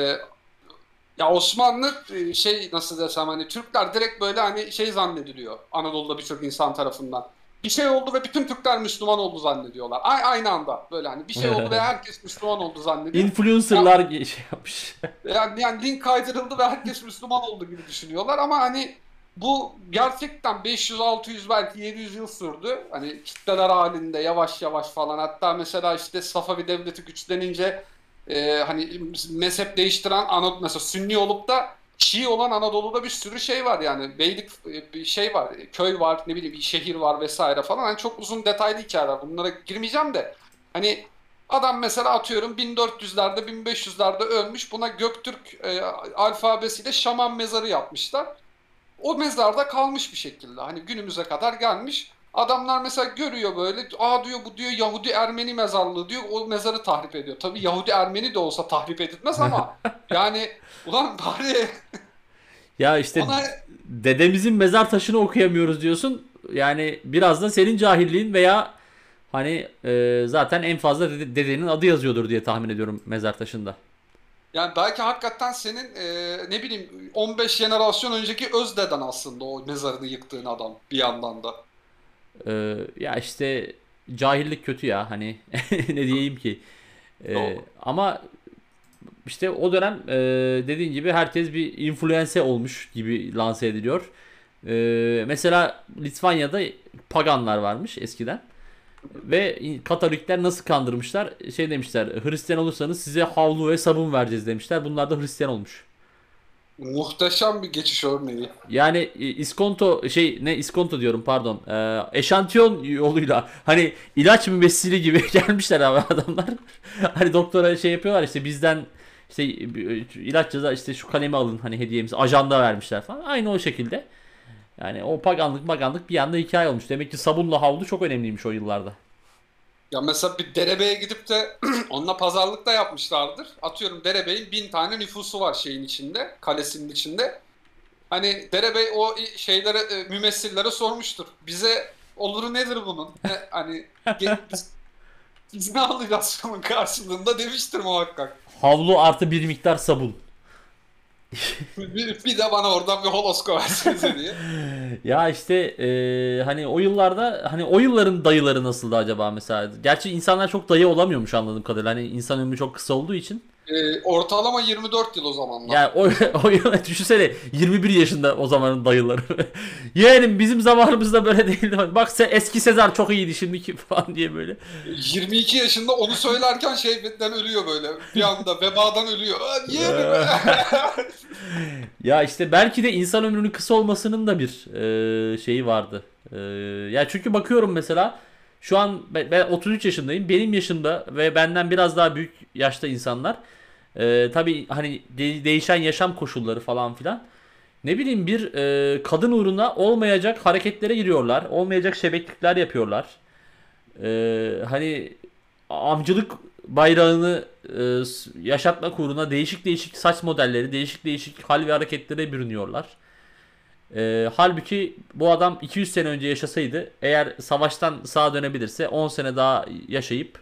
B: ya Osmanlı nasıl desem hani Türkler direkt böyle hani şey zannediliyor Anadolu'da birçok insan tarafından. Bir şey oldu ve bütün Türkler Müslüman oldu zannediyorlar. Aynı anda böyle hani bir şey oldu ve herkes Müslüman oldu zannediyor. Ya,
A: Influencerlar şey yapmış.
B: yani link kaydırıldı ve herkes Müslüman oldu gibi düşünüyorlar ama hani bu gerçekten 500, 600 belki 700 yıl sürdü. Hani kitleler halinde yavaş yavaş falan. Hatta mesela işte Safavi Devleti güçlenince hani mezhep değiştiren mesela Sünni olup da Şii olan Anadolu'da bir sürü şey var yani. Beylik bir şey var, köy var, ne bileyim bir şehir var vesaire falan. Hani çok uzun detaylı hikayeler. Bunlara girmeyeceğim de. Hani adam mesela atıyorum 1400'lerde 1500'lerde ölmüş. Buna Göktürk alfabesiyle şaman mezarı yapmışlar. O mezarda kalmış bir şekilde. Hani günümüze kadar gelmiş. Adamlar mesela görüyor böyle. Aa diyor bu diyor Yahudi Ermeni mezarlığı diyor. O mezarı tahrip ediyor. Tabii Yahudi Ermeni de olsa tahrip edilmez ama yani ulan bari
A: Ya işte
B: ona
A: dedemizin mezar taşını okuyamıyoruz diyorsun. Yani biraz da senin cahilliğin veya hani zaten en fazla dedenin adı yazıyordur diye tahmin ediyorum mezar taşında.
B: yani belki hakikaten senin ne bileyim 15 jenerasyon önceki özdeden aslında o mezarını yıktığın adam bir yandan da.
A: Ya işte cahillik kötü ya, hani ne diyeyim ki.
B: Doğru.
A: Ama işte o dönem dediğin gibi herkes bir influense olmuş gibi lanse ediliyor. Mesela Litvanya'da paganlar varmış eskiden. Ve Katolikler nasıl kandırmışlar? Şey demişler, Hristiyan olursanız size havlu ve sabun vereceğiz demişler. Bunlar da Hristiyan olmuş.
B: Muhteşem bir geçiş örneği.
A: Yani iskonto şey, ne iskonto diyorum, pardon. Eşantiyon yoluyla hani ilaç mümessili gibi gelmişler abi adamlar. Hani doktora şey yapıyorlar, işte bizden işte ilaç ceza, işte şu kalemi alın hani hediyemiz, ajanda vermişler falan. Aynı o şekilde. Yani o paganlık bir yanda hikaye olmuş. Demek ki sabunla havlu çok önemliymiş o yıllarda.
B: Ya mesela bir derebeye gidip de onunla pazarlık da yapmışlardır. Atıyorum derebeyin 1000 tane nüfusu var şeyin içinde, kalesinin içinde. Hani derebey o şeylere, mümessillere sormuştur. Bize oluru nedir bunun? Hani biz ne alacağız bunun karşılığında demiştir muhakkak.
A: Havlu artı bir miktar sabun.
B: Bir de bana oradan bir holosko versenize diye.
A: Ya işte hani o yıllarda, hani o yılların dayıları nasıldı acaba mesela? Gerçi insanlar çok dayı olamıyormuş anladığım kadarıyla. Hani insan ömrü çok kısa olduğu için.
B: Ortalama 24 yıl o zamanlar.
A: Yani o yıl düşünsene, 21 yaşında o zamanın dayıları. Yeğenim bizim zamanımızda böyle değildi. Bak eski Sezar çok iyiydi şimdiki falan diye böyle.
B: 22 yaşında onu söylerken şeyden ölüyor böyle. Bir anda vebadan ölüyor. Aa, niye mi?
A: Ya işte belki de insan ömrünün kısa olmasının da bir şeyi vardı. Ya çünkü bakıyorum mesela şu an ben 33 yaşındayım. Benim yaşımda ve benden biraz daha büyük yaşta insanlar tabii hani değişen yaşam koşulları falan filan. Ne bileyim bir kadın uğruna olmayacak hareketlere giriyorlar. Olmayacak şebeklikler yapıyorlar. Hani amcılık bayrağını yaşatmak uğruna değişik değişik saç modelleri, değişik değişik hal ve hareketlere bürünüyorlar. Halbuki bu adam 200 sene önce yaşasaydı, eğer savaştan sağa dönebilirse 10 sene daha yaşayıp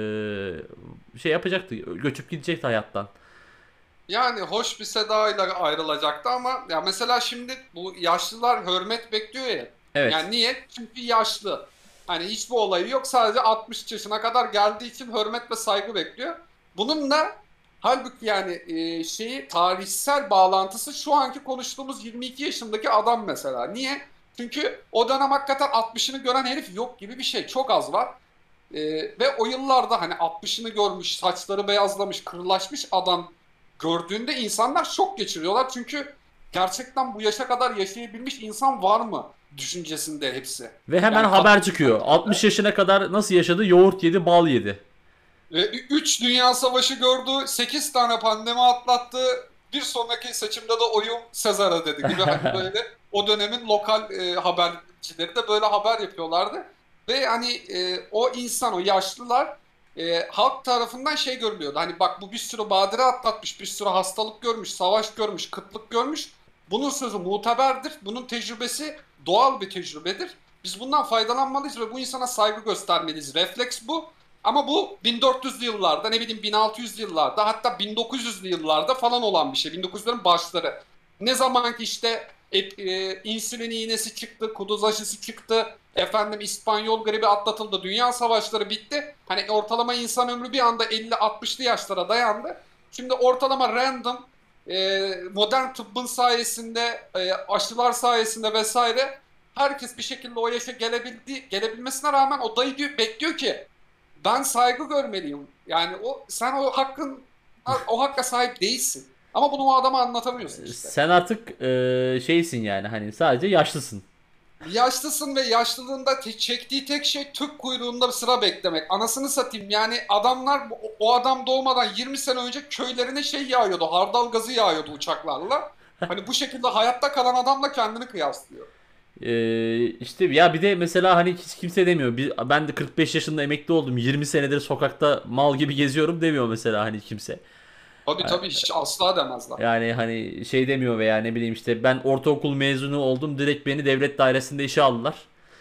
A: şey yapacaktı, göçüp gidecekti hayattan.
B: Yani hoş bir sedayla ayrılacaktı ama ya mesela şimdi bu yaşlılar hürmet bekliyor ya.
A: Evet.
B: Yani niye? Çünkü yaşlı. Hani hiçbir olayı yok. Sadece 60 yaşına kadar geldiği için hürmet ve saygı bekliyor. Bunun da halbuki yani şeyi tarihsel bağlantısı şu anki konuştuğumuz 22 yaşındaki adam mesela. Niye? Çünkü o dönem hakikaten 60'ını gören herif yok gibi bir şey. Çok az var. Ve o yıllarda hani 60'ını görmüş, saçları beyazlamış, kırlaşmış adam gördüğünde insanlar şok geçiriyorlar. Çünkü gerçekten bu yaşa kadar yaşayabilmiş insan var mı düşüncesinde hepsi.
A: Ve hemen
B: Yani
A: haber çıkıyor. 60 yaşına kadar nasıl yaşadı? Yoğurt yedi, bal yedi.
B: ve 3 Dünya Savaşı gördü, 8 tane pandemi atlattı. Bir sonraki seçimde de oyum Sezar'a dedi gibi hani böyle o dönemin lokal habercileri de böyle haber yapıyorlardı. Ve hani o insan, o yaşlılar halk tarafından şey görülüyordu. Hani bak bu bir sürü badire atlatmış, bir sürü hastalık görmüş, savaş görmüş, kıtlık görmüş. Bunun sözü muteberdir, bunun tecrübesi doğal bir tecrübedir. Biz bundan faydalanmalıyız ve bu insana saygı göstermeliyiz. Refleks bu. Ama bu 1400'lü yıllarda, ne bileyim 1600'lü yıllarda, hatta 1900'lü yıllarda falan olan bir şey. 1900'lerin başları. Ne zaman ki işte insülin iğnesi çıktı, kuduz aşısı çıktı, efendim İspanyol gribi atlatıldı, dünya savaşları bitti. Hani ortalama insan ömrü bir anda 50-60'lı yaşlara dayandı. Şimdi ortalama random modern tıbbın sayesinde, aşılar sayesinde vesaire herkes bir şekilde o yaşa gelebilmesine rağmen o dayı bekliyor ki ben saygı görmeliyim. Yani sen o hakka sahip değilsin. Ama bunu o adama anlatamıyorsun işte.
A: Sen artık şeysin yani, hani sadece yaşlısın.
B: Yaşlısın ve yaşlılığında çektiği tek şey tüp kuyruğunda sıra beklemek. Anasını satayım. Yani adamlar o adam doğmadan 20 sene önce köylerine şey yağıyordu. Hardal gazı yağıyordu uçaklarla. Hani bu şekilde hayatta kalan adamla kendini kıyaslıyor.
A: İşte ya bir de mesela hani hiç kimse demiyor. Ben de 45 yaşında emekli oldum. 20 senedir sokakta mal gibi geziyorum demiyor mesela hani kimse.
B: Tabii tabii hiç asla demezler.
A: Yani hani şey demiyor veya ne bileyim işte ben ortaokul mezunu oldum, direkt beni devlet dairesinde işe aldılar.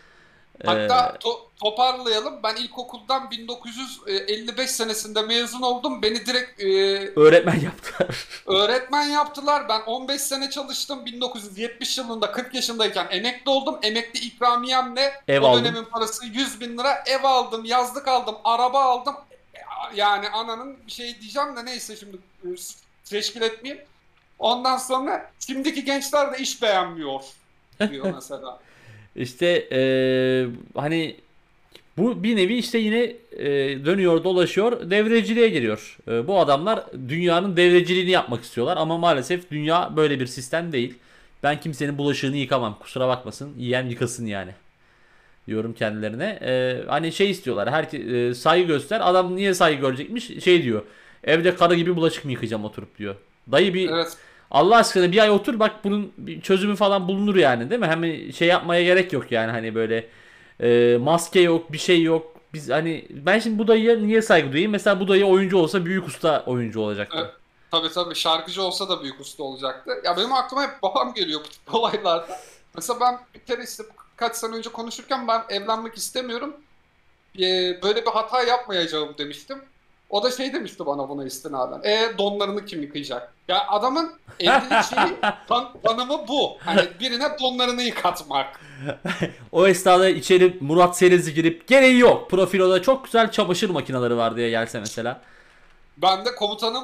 A: Ee,
B: Hatta toparlayalım. Ben ilkokuldan 1955 senesinde mezun oldum. Beni direkt
A: Öğretmen yaptılar.
B: öğretmen yaptılar. Ben 15 sene çalıştım. 1970 yılında 40 yaşındayken emekli oldum. Emekli ikramiyemle
A: Ev
B: o
A: aldım.
B: dönemin parası 100 bin lira ev aldım, yazlık aldım, araba aldım. Yani ananın bir şey diyeceğim de neyse şimdi teşkil etmeyeyim. Ondan sonra şimdiki gençler de iş beğenmiyor diyor mesela.
A: İşte hani bu bir nevi işte yine dönüyor dolaşıyor devreciliğe giriyor. Bu adamlar dünyanın devreciliğini yapmak istiyorlar ama maalesef dünya böyle bir sistem değil. Ben kimsenin bulaşığını yıkamam, kusura bakmasın, yiyen yıkasın yani diyorum kendilerine. Hani şey istiyorlar, saygı göster. Adam niye saygı görecekmiş? Şey diyor, evde karı gibi bulaşık mı yıkayacağım oturup diyor. Dayı bir
B: Evet.
A: Allah aşkına bir ay otur, bak bunun bir çözümü falan bulunur yani, değil mi? Hem şey yapmaya gerek yok yani, hani böyle maske yok, bir şey yok. Biz hani ben şimdi bu dayıya niye saygı duyayım? Mesela bu dayı oyuncu olsa büyük usta oyuncu olacaktı.
B: Evet. Tabii tabii şarkıcı olsa da büyük usta olacaktı. Ya benim aklıma hep babam geliyor bu tip olaylarda. Mesela ben bir kere işte kaç sene önce konuşurken ben evlenmek istemiyorum. Böyle bir hata yapmayacağım demiştim. O da şey demişti bana buna istinaden. Donlarını kim yıkayacak? Ya adamın evlilik şeyi tanımı bu. Hani birine donlarını yıkatmak.
A: O esnada içeri Murat Serez'i girip gereği yok, profiloda çok güzel çamaşır makineleri var diye gelse mesela.
B: Ben de komutanım.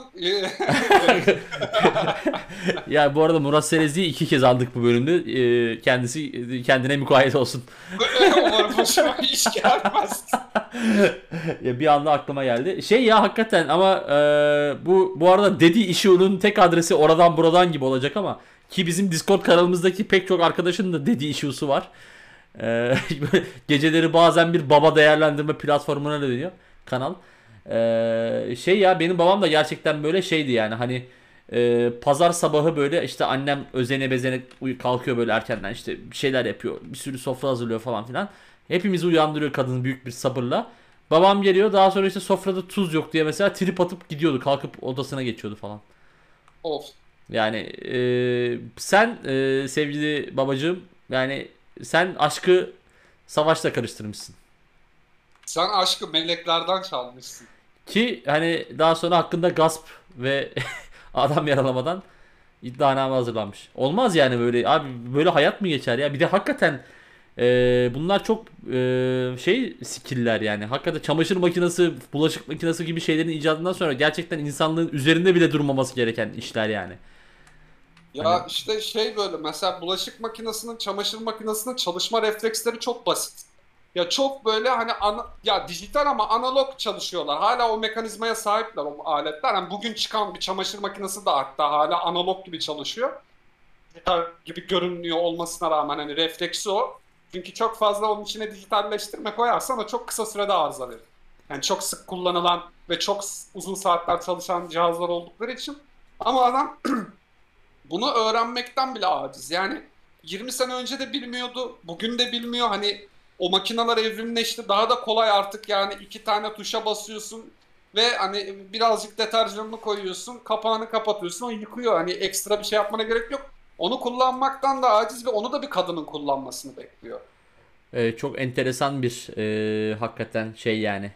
A: Ya bu arada Murat Serezli'yi 2 kez aldık bu bölümde. Kendisi kendine mukayyet olsun.
B: Umarım başıma hiç gelmez.
A: Ya bir anda aklıma geldi. Şey ya hakikaten ama bu arada dediği işi onun tek adresi oradan buradan gibi olacak ama ki bizim Discord kanalımızdaki pek çok arkadaşın da dediği issue'su var. Geceleri bazen bir baba değerlendirme platformuna da dönüyor kanal. Şey ya benim babam da gerçekten böyle şeydi yani hani pazar sabahı böyle işte annem özene bezene kalkıyor böyle erkenden işte bir şeyler yapıyor bir sürü sofra hazırlıyor falan filan. Hepimizi uyandırıyor kadın büyük bir sabırla. Babam geliyor daha sonra işte sofrada tuz yok diye mesela trip atıp gidiyordu kalkıp odasına geçiyordu falan.
B: Of.
A: Yani sen sevgili babacığım yani sen aşkı savaşla karıştırmışsın.
B: Sen aşkı meleklerden çalmışsın.
A: Ki hani daha sonra hakkında gasp ve adam yaralamadan iddianame hazırlanmış. Olmaz yani böyle abi böyle hayat mı geçer ya? Bir de hakikaten bunlar çok şey skill'ler yani. Hakikaten çamaşır makinesi, bulaşık makinesi gibi şeylerin icadından sonra gerçekten insanlığın üzerinde bile durmaması gereken işler yani. Hani
B: Ya işte şey böyle mesela bulaşık makinesinin, çamaşır makinesinin çalışma refleksleri çok basit. Ya çok böyle hani ya dijital ama analog çalışıyorlar. Hala o mekanizmaya sahipler o aletler. Yani bugün çıkan bir çamaşır makinesi de hatta hala analog gibi çalışıyor. Dijital gibi görünüyor olmasına rağmen hani refleksi o. Çünkü çok fazla onun içine dijitalleştirme koyarsan o çok kısa sürede arıza verir. Yani çok sık kullanılan ve çok uzun saatler çalışan cihazlar oldukları için. Ama adam bunu öğrenmekten bile aciz. Yani 20 sene önce de bilmiyordu, bugün de bilmiyor. Hani o makineler evrimleşti, daha da kolay artık yani iki tane tuşa basıyorsun ve hani birazcık deterjanını koyuyorsun, kapağını kapatıyorsun, o yıkıyor. Hani ekstra bir şey yapmana gerek yok. Onu kullanmaktan da aciz ve onu da bir kadının kullanmasını bekliyor.
A: çok enteresan bir hakikaten şey yani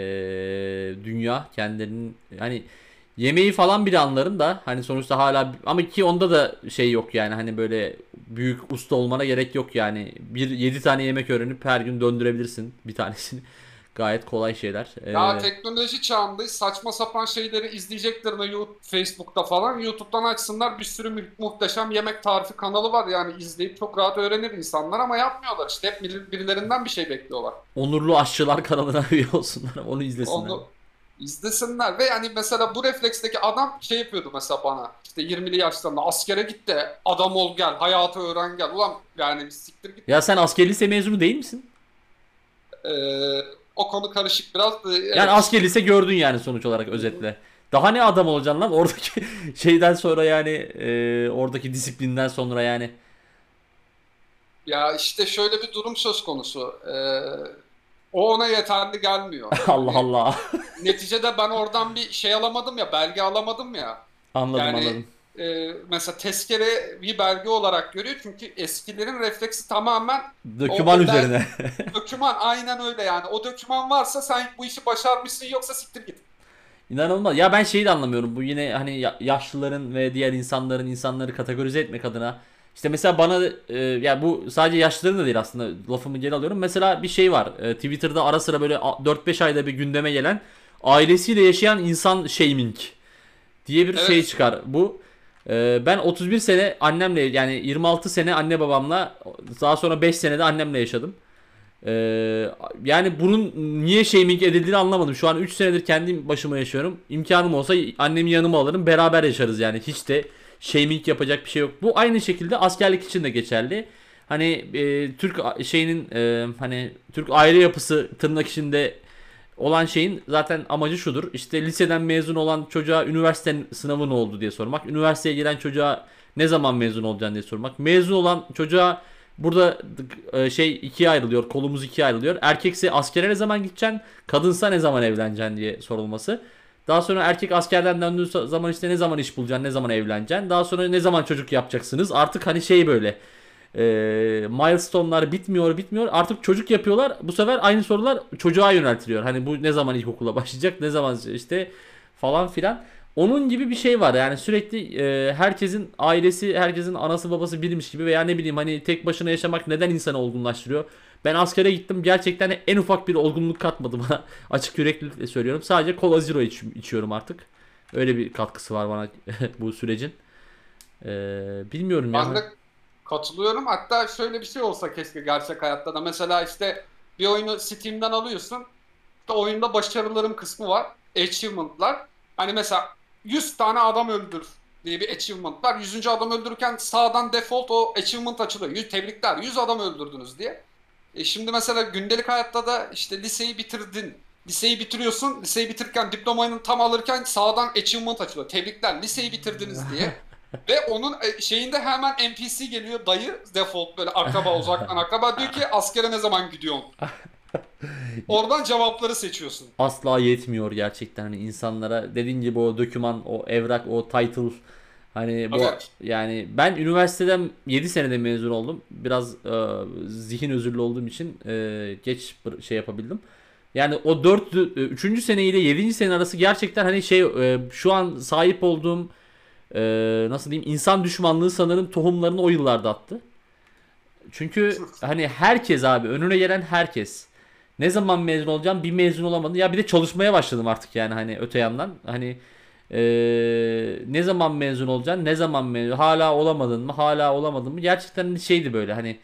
A: dünya kendilerinin hani yemeği falan bile anlarım da hani sonuçta hala ama ki onda da şey yok yani hani böyle büyük usta olmana gerek yok yani bir 7 tane yemek öğrenip her gün döndürebilirsin bir tanesini gayet kolay şeyler.
B: Ya teknoloji çağındayız. Saçma sapan şeyleri izleyeceklerine Facebook'ta falan YouTube'dan açsınlar. Bir sürü muhteşem yemek tarifi kanalı var. Yani izleyip çok rahat öğrenir insanlar ama yapmıyorlar. İşte hep birilerinden bir şey bekliyorlar.
A: Onurlu Aşçılar kanalına üye olsunlar onu izlesinler.
B: Onu izlesinler ve yani mesela bu refleksteki adam şey yapıyordu mesela bana. İşte 20'li yaşlarında askere git de adam ol gel, hayatı öğren gel. Ulan yani siktir git.
A: Ya sen asker lise mezunu değil misin?
B: Ee, O konu karışık biraz.
A: Yani
B: Evet.
A: asker lise gördün yani sonuç olarak özetle. Daha ne adam olacaksın lan oradaki şeyden sonra yani oradaki disiplinden sonra yani.
B: Ya işte şöyle bir durum söz konusu. O ona yeterli gelmiyor.
A: Allah
B: Hani
A: Allah.
B: neticede ben oradan bir şey alamadım ya, belge alamadım ya.
A: Anladım
B: Yani
A: anladım.
B: mesela tezkere bir belge olarak görüyor çünkü eskilerin refleksi tamamen
A: Döküman
B: o
A: üzerine.
B: döküman aynen öyle yani. O döküman varsa sen bu işi başarmışsın yoksa siktir git.
A: İnanılmaz. Ya ben şeyi de anlamıyorum. Bu yine hani yaşlıların ve diğer insanları kategorize etmek adına. İşte mesela bana ya bu sadece yaşlıların da değil aslında. Lafımı geri alıyorum. Mesela bir şey var. Twitter'da ara sıra böyle 4-5 ayda bir gündeme gelen ailesiyle yaşayan insan shaming diye bir şey
B: Evet.
A: çıkar. Bu ben 31 sene annemle yani 26 sene anne babamla daha sonra 5 sene de annemle yaşadım. Yani bunun niye shaming edildiğini anlamadım. Şu an 3 senedir kendim başıma yaşıyorum. İmkanım olsa annemi yanıma alırım. Beraber yaşarız yani. Hiç de shaming yapacak bir şey yok. Bu aynı şekilde askerlik için de geçerli. Hani Türk şeyinin hani Türk aile yapısı tırnak içinde olan şeyin zaten amacı şudur. İşte liseden mezun olan çocuğa üniversite sınavı ne oldu diye sormak. Üniversiteye giren çocuğa ne zaman mezun olacaksın diye sormak. Mezun olan çocuğa burada şey ikiye ayrılıyor. Kolumuz ikiye ayrılıyor. Erkekse askere ne zaman gideceksin? Kadınsa ne zaman evleneceksin diye sorulması. Daha sonra erkek askerden döndüğü zaman işte ne zaman iş bulacaksın, ne zaman evleneceksin. Daha sonra ne zaman çocuk yapacaksınız. Artık hani şey böyle milestone'lar bitmiyor. Artık çocuk yapıyorlar. Bu sefer aynı sorular çocuğa yöneltiliyor. Hani bu ne zaman ilkokula başlayacak? Ne zaman işte falan filan. Onun gibi bir şey var. Yani sürekli herkesin ailesi, herkesin anası babası birmiş gibi veya ne bileyim hani tek başına yaşamak neden insanı olgunlaştırıyor? Ben askere gittim. Gerçekten en ufak bir olgunluk katmadı bana. Açık yüreklilikle söylüyorum. Sadece Cola Zero içiyorum artık. Öyle bir katkısı var bana bu sürecin. Bilmiyorum ya.
B: Ben de katılıyorum. Hatta şöyle bir şey olsa keşke gerçek hayatta da. Mesela işte bir oyunu Steam'den alıyorsun. İşte oyunda başarılarım kısmı var. Achievement'lar. Hani mesela 100 tane adam öldür diye bir achievement var. 100. adam öldürürken sağdan default o achievement açılıyor. Tebrikler 100 adam öldürdünüz diye. Şimdi mesela gündelik hayatta da işte liseyi bitirdin. Liseyi bitiriyorsun. Liseyi bitirirken diplomanı tam alırken sağdan achievement açılıyor. Tebrikler liseyi bitirdiniz diye. Ve onun şeyinde hemen NPC geliyor dayı default böyle akraba uzaktan akraba diyor ki askere ne zaman gidiyorsun? Oradan cevapları seçiyorsun.
A: Asla yetmiyor gerçekten hani insanlara. Dediğin gibi o doküman, o evrak, o title, hani bu,
B: Evet.
A: yani ben üniversiteden 7 senede mezun oldum. Biraz zihin özürlü olduğum için geç şey yapabildim. Yani o 3. sene ile 7. sene arası gerçekten hani şey, şu an sahip olduğum nasıl diyeyim, insan düşmanlığı sanırım tohumlarını o yıllarda attı. Çünkü hani herkes abi, önüne gelen herkes ne zaman mezun olacağım, bir mezun olamadım. Ya bir de çalışmaya başladım artık yani, hani öte yandan. Hani ne zaman mezun olacaksın, ne zaman mezun, hala olamadın mı, hala olamadın mı, gerçekten şeydi böyle hani.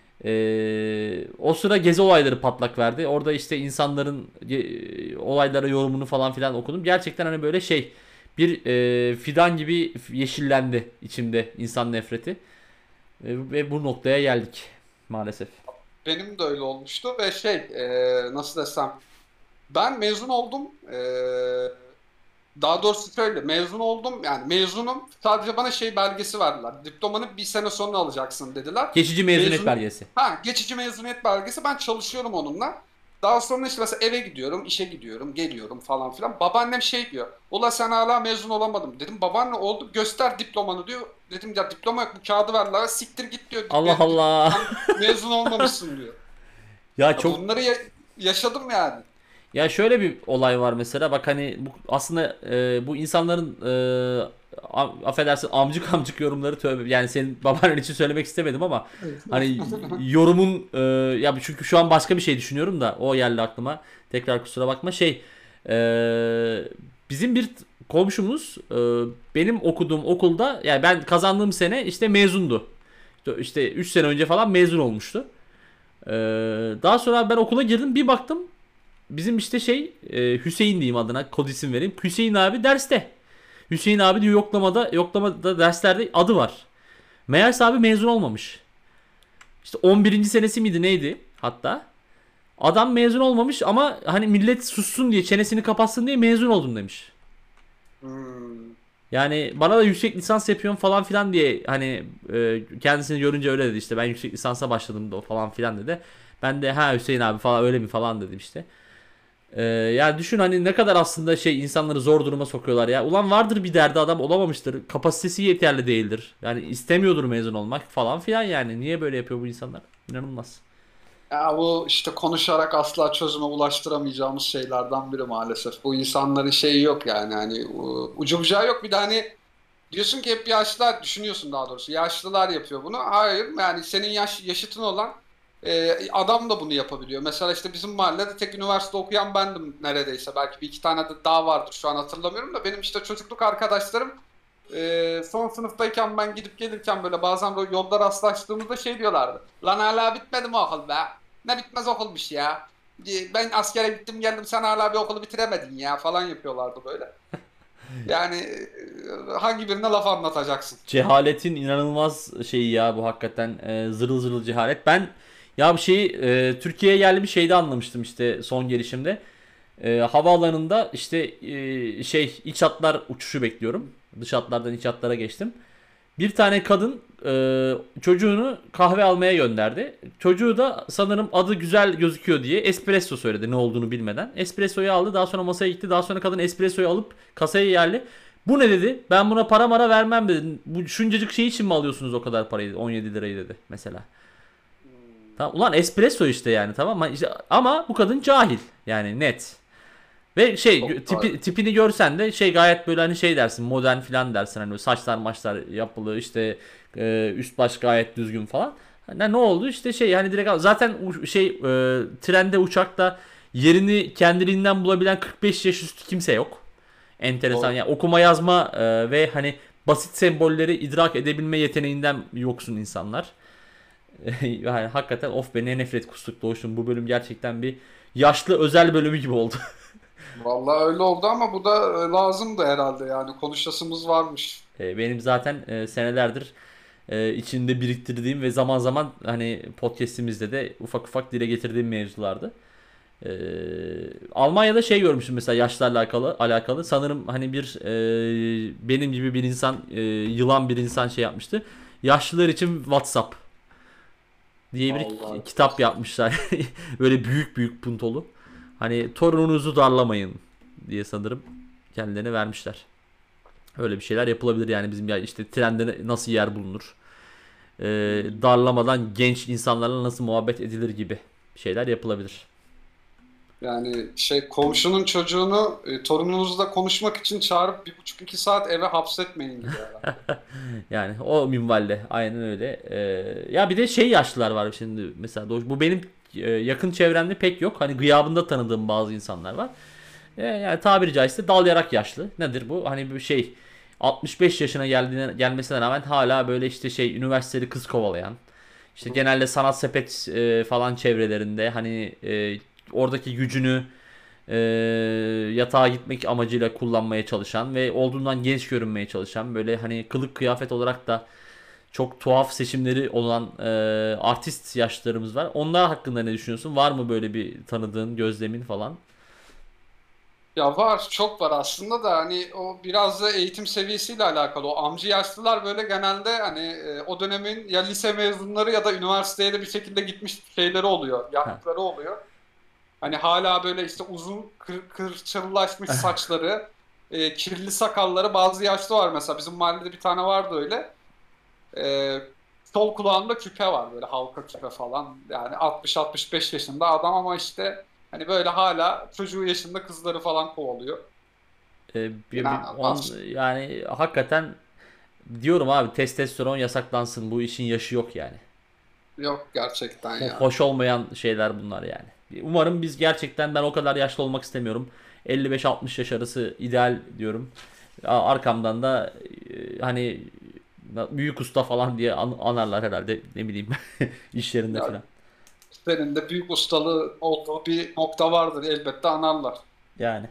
A: O sıra gezi olayları patlak verdi. Orada işte insanların olaylara yorumunu falan filan okudum. Gerçekten hani böyle şey, bir fidan gibi yeşillendi içimde insan nefreti. Ve bu noktaya geldik maalesef.
B: Benim de öyle olmuştu ve şey nasıl desem ben mezun oldum. Daha doğrusu şöyle mezun oldum yani mezunum sadece bana şey belgesi verdiler. Diplomanı bir sene sonra alacaksın dediler.
A: Geçici mezuniyet
B: Mezun,
A: belgesi.
B: geçici mezuniyet belgesi ben çalışıyorum onunla. Daha sonra işte mesela eve gidiyorum, işe gidiyorum, geliyorum falan filan. Babaannem şey diyor. Ula sen hala mezun olamadın. Dedim babaanne oldu göster diplomanı diyor. Dedim ya diploma yok bu kağıdı verdiler. Siktir git diyor.
A: Allah Allah.
B: Sen mezun olmamışsın diyor.
A: Ya
B: Ya
A: çok,
B: bunları yaşadım yani.
A: ya şöyle bir olay var mesela, bak hani bu aslında bu insanların affedersin amcık amcık yorumları, tövbe yani senin babaannen için söylemek istemedim ama hani yorumun ya çünkü şu an başka bir şey düşünüyorum da o geldi aklıma, tekrar kusura bakma, şey, bizim bir komşumuz benim okuduğum okulda, yani ben kazandığım sene işte mezundu. İşte 3 sene önce falan mezun olmuştu. E, Daha sonra ben okula girdim, bir baktım bizim işte şey, Hüseyin diyeyim adına, kod isim vereyim. Hüseyin abi derste. Hüseyin abi diyor yoklamada derslerde adı var. Meğerse abi mezun olmamış. İşte 11. senesi miydi neydi hatta. Adam mezun olmamış ama hani millet sussun diye, çenesini kapatsın diye mezun oldum demiş.
B: Hmm.
A: Yani bana da yüksek lisans yapıyorum falan filan diye hani kendisini görünce öyle dedi, işte ben yüksek lisansa başladım da o falan filan dedi. Ben de ha Hüseyin abi falan öyle mi falan dedim işte. Yani düşün hani ne kadar aslında şey, insanları zor duruma sokuyorlar ya. Ulan vardır bir derdi, adam olamamıştır. Kapasitesi yeterli değildir. Yani istemiyordur mezun olmak falan filan yani. Niye böyle yapıyor bu insanlar? İnanılmaz.
B: Ya bu işte konuşarak asla çözüme ulaştıramayacağımız şeylerden biri maalesef. Bu insanların şeyi yok yani hani ucu bucağı yok. Bir de hani diyorsun ki hep yaşlılar düşünüyorsun daha doğrusu. Yaşlılar yapıyor bunu. Hayır yani senin yaşıtın olan adam da bunu yapabiliyor. Mesela işte bizim mahallede tek üniversite okuyan bendim neredeyse. Belki bir iki tane de daha vardır şu an hatırlamıyorum da benim işte çocukluk arkadaşlarım son sınıftayken ben gidip gelirken böyle bazen böyle yolda rastlaştığımızda şey diyorlardı. Lan hala bitmedi mi okul be? Ne bitmez okulmuş ya. Ben askere gittim geldim sen hala bir okulu bitiremedin ya falan yapıyorlardı böyle. Yani hangi birine laf anlatacaksın?
A: Cehaletin inanılmaz şeyi ya bu, hakikaten zırıl zırıl cehalet. Ben ya bir şeyi Türkiye'ye geldi bir şeyde anlamıştım işte son gelişimde. Havaalanında işte şey, iç hatlar uçuşu bekliyorum. Dış hatlardan iç hatlara geçtim. Bir tane kadın çocuğunu kahve almaya gönderdi. Çocuğu da sanırım adı güzel gözüküyor diye espresso söyledi, ne olduğunu bilmeden. Espressoyu aldı, daha sonra masaya gitti. Daha sonra kadın espressoyu alıp kasaya geldi. Bu ne dedi? Ben buna para mara vermem dedi. Bu şuncacık şey için mi alıyorsunuz o kadar parayı dedi. 17 lirayı dedi mesela. Tamam ulan, espresso işte yani, tamam mı? Ama bu kadın cahil yani, net. Ve şey,
B: Çok daha
A: tipini görsen de şey, gayet böyle hani şey dersin, modern filan dersin, hani saçlar maçlar yapılı işte, üst baş gayet düzgün falan. Hani ne oldu işte şey, hani direkt zaten şey, trende uçakta yerini kendiliğinden bulabilen 45 yaş üstü kimse yok. enteresan.
B: Doğru.
A: Yani okuma yazma ve hani basit sembolleri idrak edebilme yeteneğinden yoksun insanlar. Yani hakikaten of be ne nefret kustuk Doğuş'um. Bu bölüm gerçekten bir yaşlı özel bölümü gibi oldu.
B: Vallahi öyle oldu ama bu da lazımdı herhalde yani konuşasımız varmış.
A: Benim zaten senelerdir içinde biriktirdiğim ve zaman zaman hani podcast'imizde de ufak ufak dile getirdiğim mevzulardı. E, Almanya'da şey görmüştüm mesela yaşla alakalı. Sanırım hani bir benim gibi bir insan yılan bir insan şey yapmıştı. Yaşlılar için WhatsApp diye bir
B: Allah.
A: kitap yapmışlar. Böyle büyük büyük puntolu. Hani torununuzu darlamayın diye sanırım kendilerine vermişler. Öyle bir şeyler yapılabilir yani bizim ya işte trende nasıl yer bulunur? Ee, Darlamadan genç insanlarla nasıl muhabbet edilir gibi şeyler yapılabilir.
B: Yani şey komşunun çocuğunu torununuzla konuşmak için çağırıp 1,5-2 saat eve hapsetmeyin gibi herhalde.
A: Yani o minvalde aynen öyle. Ya bir de şey yaşlılar var şimdi mesela bu benim yakın çevremde pek yok. Hani gıyabında tanıdığım bazı insanlar var. Yani tabiri caizse dal yarak yaşlı. Nedir bu? Hani bir şey 65 yaşına gelmesine rağmen hala böyle işte şey üniversiteli kız kovalayan. İşte genelde sanat sepet falan çevrelerinde hani oradaki gücünü e, yatağa gitmek amacıyla kullanmaya çalışan ve olduğundan genç görünmeye çalışan böyle hani kılık kıyafet olarak da çok tuhaf seçimleri olan artist yaşlarımız var. Onlar hakkında ne düşünüyorsun? Var mı böyle bir tanıdığın, gözlemin falan?
B: Ya var, çok var aslında da hani o biraz da eğitim seviyesiyle alakalı. O amca yaşlılar böyle genelde hani o dönemin ya lise mezunları ya da üniversiteye de bir şekilde gitmiş şeyleri oluyor,
A: Ha.
B: yaptıkları oluyor. Hani hala böyle işte uzun kırçıllaşmış saçları, kirli sakalları bazı yaşlı var mesela. Bizim mahallede bir tane vardı öyle. E, Sol kulağında küpe var böyle halka küpe falan. Yani 60-65 yaşında adam ama işte hani böyle hala çocuğu yaşında kızları falan kovalıyor. İnanılmaz.
A: Yani hakikaten diyorum abi testosteron yasaklansın. Bu işin yaşı yok yani.
B: Yok gerçekten ya.
A: Hoş olmayan şeyler bunlar yani. Umarım biz gerçekten ben o kadar yaşlı olmak istemiyorum. 55-60 yaş arası ideal diyorum. Arkamdan da hani büyük usta falan diye anarlar herhalde ne bileyim iş yerinde
B: Ya
A: falan.
B: senin de büyük ustalığı olduğu bir nokta vardır elbette anarlar.
A: Yani.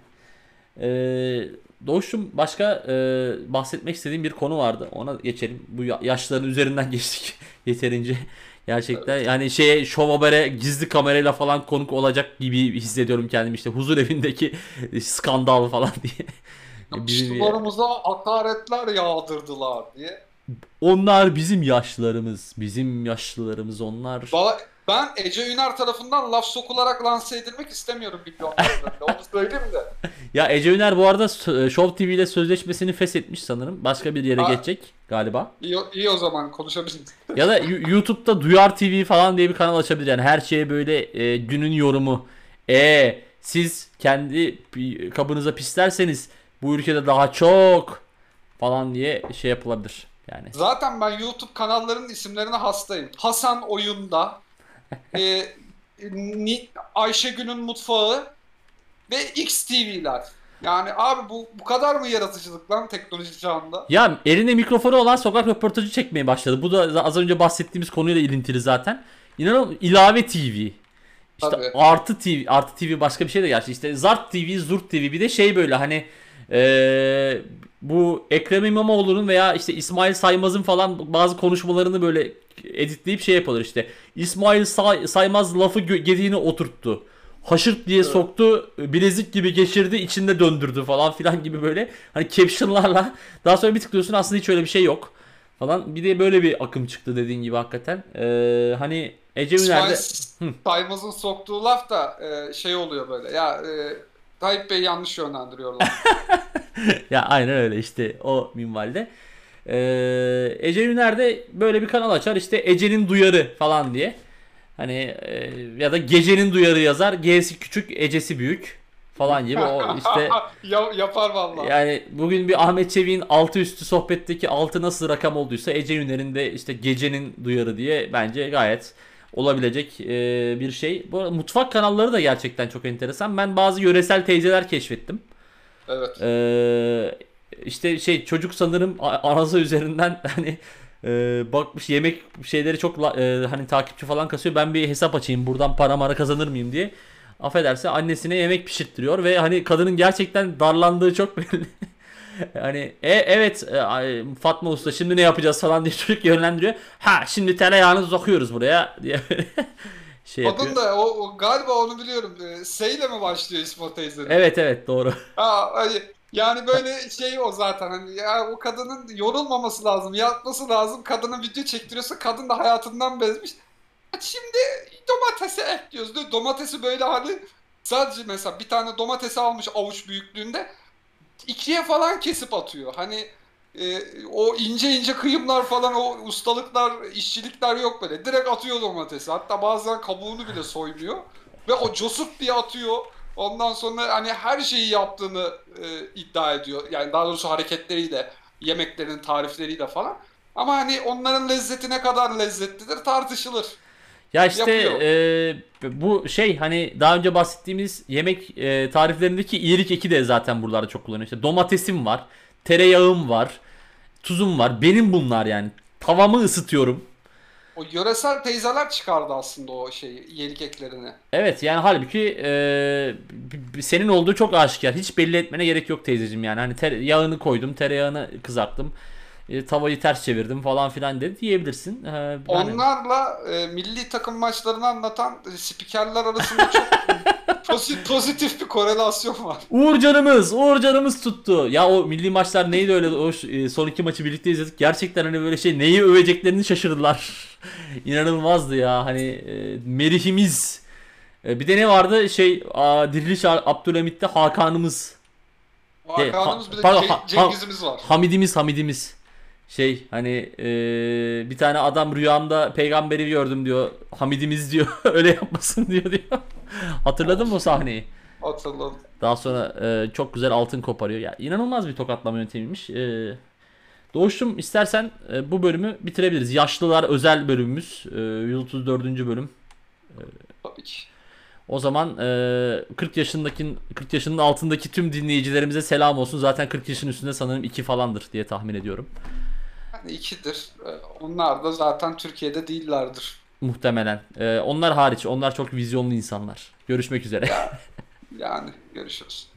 A: Doğuş'um başka bahsetmek istediğim bir konu vardı. Ona geçelim. Bu yaşların üzerinden geçtik yeterince. Gerçekten
B: Evet.
A: yani şeye Show Haber'e gizli kamerayla falan konuk olacak gibi hissediyorum kendimi işte huzur evindeki skandal falan diye. Bir,
B: Yaşlılarımıza hakaretler yağdırdılar diye.
A: onlar bizim yaşlılarımız. Bizim yaşlılarımız onlar.
B: Ben Ece Üner tarafından laf sokularak lanse edilmek istemiyorum milyonların önünde. Onu söyleyeyim de.
A: Ya Ece Üner bu arada Show TV ile sözleşmesini feshetmiş sanırım. Başka bir yere
B: Ha,
A: geçecek galiba.
B: iyi o zaman konuşabiliriz.
A: Ya da YouTube'da Duyar TV falan diye bir kanal açabilir. Yani her şeye böyle günün yorumu. Siz kendi kabınıza pislerseniz bu ülkede daha çok falan diye şey yapılabilir. Yani.
B: Zaten ben YouTube kanallarının isimlerine hastayım. Hasan Oyunda, e, Ayşegül'ün Mutfağı ve XTV'ler. Yani abi bu kadar mı yaratıcılık lan teknoloji çağında?
A: Ya eline mikrofonu olan sokak röportajı çekmeye başladı. Bu da az önce bahsettiğimiz konuyla ilintili zaten. İnanın ilave TV. İşte
B: Tabii.
A: artı TV, artı TV başka bir şey de gerçi. İşte Zart TV, Zurt TV bir de şey böyle hani bu Ekrem İmamoğlu'nun veya işte İsmail Saymaz'ın falan bazı konuşmalarını böyle editleyip şey yapılır işte. İsmail Saymaz lafı gediğini oturttu. Haşırt diye
B: Evet.
A: soktu, bilezik gibi geçirdi, içinde döndürdü falan filan gibi böyle hani captionlarla daha sonra bir tıklıyorsun aslında hiç öyle bir şey yok falan. Bir de böyle bir akım çıktı dediğin gibi hakikaten. Hani Ece
B: İsmail
A: Üner'de
B: Saymaz'ın soktuğu laf da şey oluyor böyle. Ya Tayyip Bey yanlış yönlendiriyorlar.
A: ya aynen öyle işte o minvalde. Ece Üner de böyle bir kanal açar işte Ece'nin duyarı falan diye. Hani ya da gecenin duyarı yazar. G'si küçük, Ece'si büyük falan gibi. O işte
B: Yapar valla.
A: yani bugün bir Ahmet Çevik'in altı üstü sohbetteki altı nasıl rakam olduysa Ece Üner'in de işte gecenin duyarı diye bence gayet olabilecek bir şey. Bu arada mutfak kanalları da gerçekten çok enteresan. Ben bazı yöresel teyzeler keşfettim.
B: Evet.
A: İşte şey çocuk sanırım anası üzerinden hani bakmış yemek şeyleri çok hani takipçi falan kasıyor. Ben bir hesap açayım buradan para mara kazanır mıyım diye. Affederse annesine yemek pişirttiriyor ve hani kadının gerçekten darlandığı çok belli. Hani evet Fatma Usta şimdi ne yapacağız falan diye çocuk yönlendiriyor. Ha şimdi tereyağını sokuyoruz buraya diye şey yapıyor.
B: Kadın da galiba onu biliyorum. S ile mi başlıyor İsmo teyzenin?
A: Evet evet doğru.
B: Ha, yani böyle şey o zaten hani ya o kadının yorulmaması lazım, yatması lazım. Kadına video çektiriyorsa kadın da hayatından bezmiş. Şimdi domatesi ekliyoruz diyor. Domatesi böyle hani sadece mesela bir tane domatesi almış avuç büyüklüğünde ikiye falan kesip atıyor. Hani o ince ince kıyımlar falan o ustalıklar, işçilikler yok böyle. Direkt atıyor domatesi. Hatta bazen kabuğunu bile soymuyor. Ve o cosuk diye atıyor. Ondan sonra hani her şeyi yaptığını iddia ediyor. Yani daha doğrusu hareketleriyle, yemeklerin tarifleriyle falan. Ama hani onların lezzeti ne kadar lezzetlidir tartışılır.
A: Ya işte
B: Yapıyor.
A: bu şey hani daha önce bahsettiğimiz yemek tariflerindeki iyilik eki de zaten buralarda çok kullanıyor. İşte domatesim var, tereyağım var, tuzum var. Benim bunlar yani. Tavamı ısıtıyorum.
B: O yöresel teyzeler çıkardı aslında o şeyi, iyilik eklerini.
A: Evet yani halbuki senin olduğu çok aşikar. Hiç belli etmene gerek yok teyzeciğim yani. Hani yağını koydum, tereyağını kızarttım. Tavayı ters çevirdim falan filan dedi diyebilirsin. Hani
B: Onlarla milli takım maçlarını anlatan spikerler arasında çok pozitif bir korelasyon var.
A: Uğurcanımız tuttu. Ya o milli maçlar neydi öyle o son iki maçı birlikte izledik. Gerçekten hani böyle şey neyi öveceklerini şaşırdılar. İnanılmazdı ya hani Merihimiz. Bir de ne vardı şey Diriliş Abdülhamit'te Hakan'ımız.
B: Hakan'ımız bir de
A: Pardon
B: Cengiz'imiz var.
A: Hamidimiz. Şey hani bir tane adam rüyamda peygamberi gördüm diyor. Hamidimiz diyor. Öyle yapmasın diyor. Hatırladın mı o
B: Of,
A: sahneyi?
B: hatırladım.
A: Daha sonra çok güzel altın koparıyor. Ya inanılmaz bir tokatlama yöntemiymiş. Doğuş'cum istersen bu bölümü bitirebiliriz. Yaşlılar özel bölümümüz. 134. bölüm.
B: Tabii ki.
A: O zaman 40 yaşının altındaki tüm dinleyicilerimize selam olsun. Zaten 40 yaşın üstünde sanırım 2 falandır diye tahmin ediyorum.
B: Yani ikidir. Onlar da zaten Türkiye'de değillerdir.
A: Muhtemelen. Onlar hariç. Onlar çok vizyonlu insanlar. Görüşmek üzere.
B: Ya, yani görüşürüz.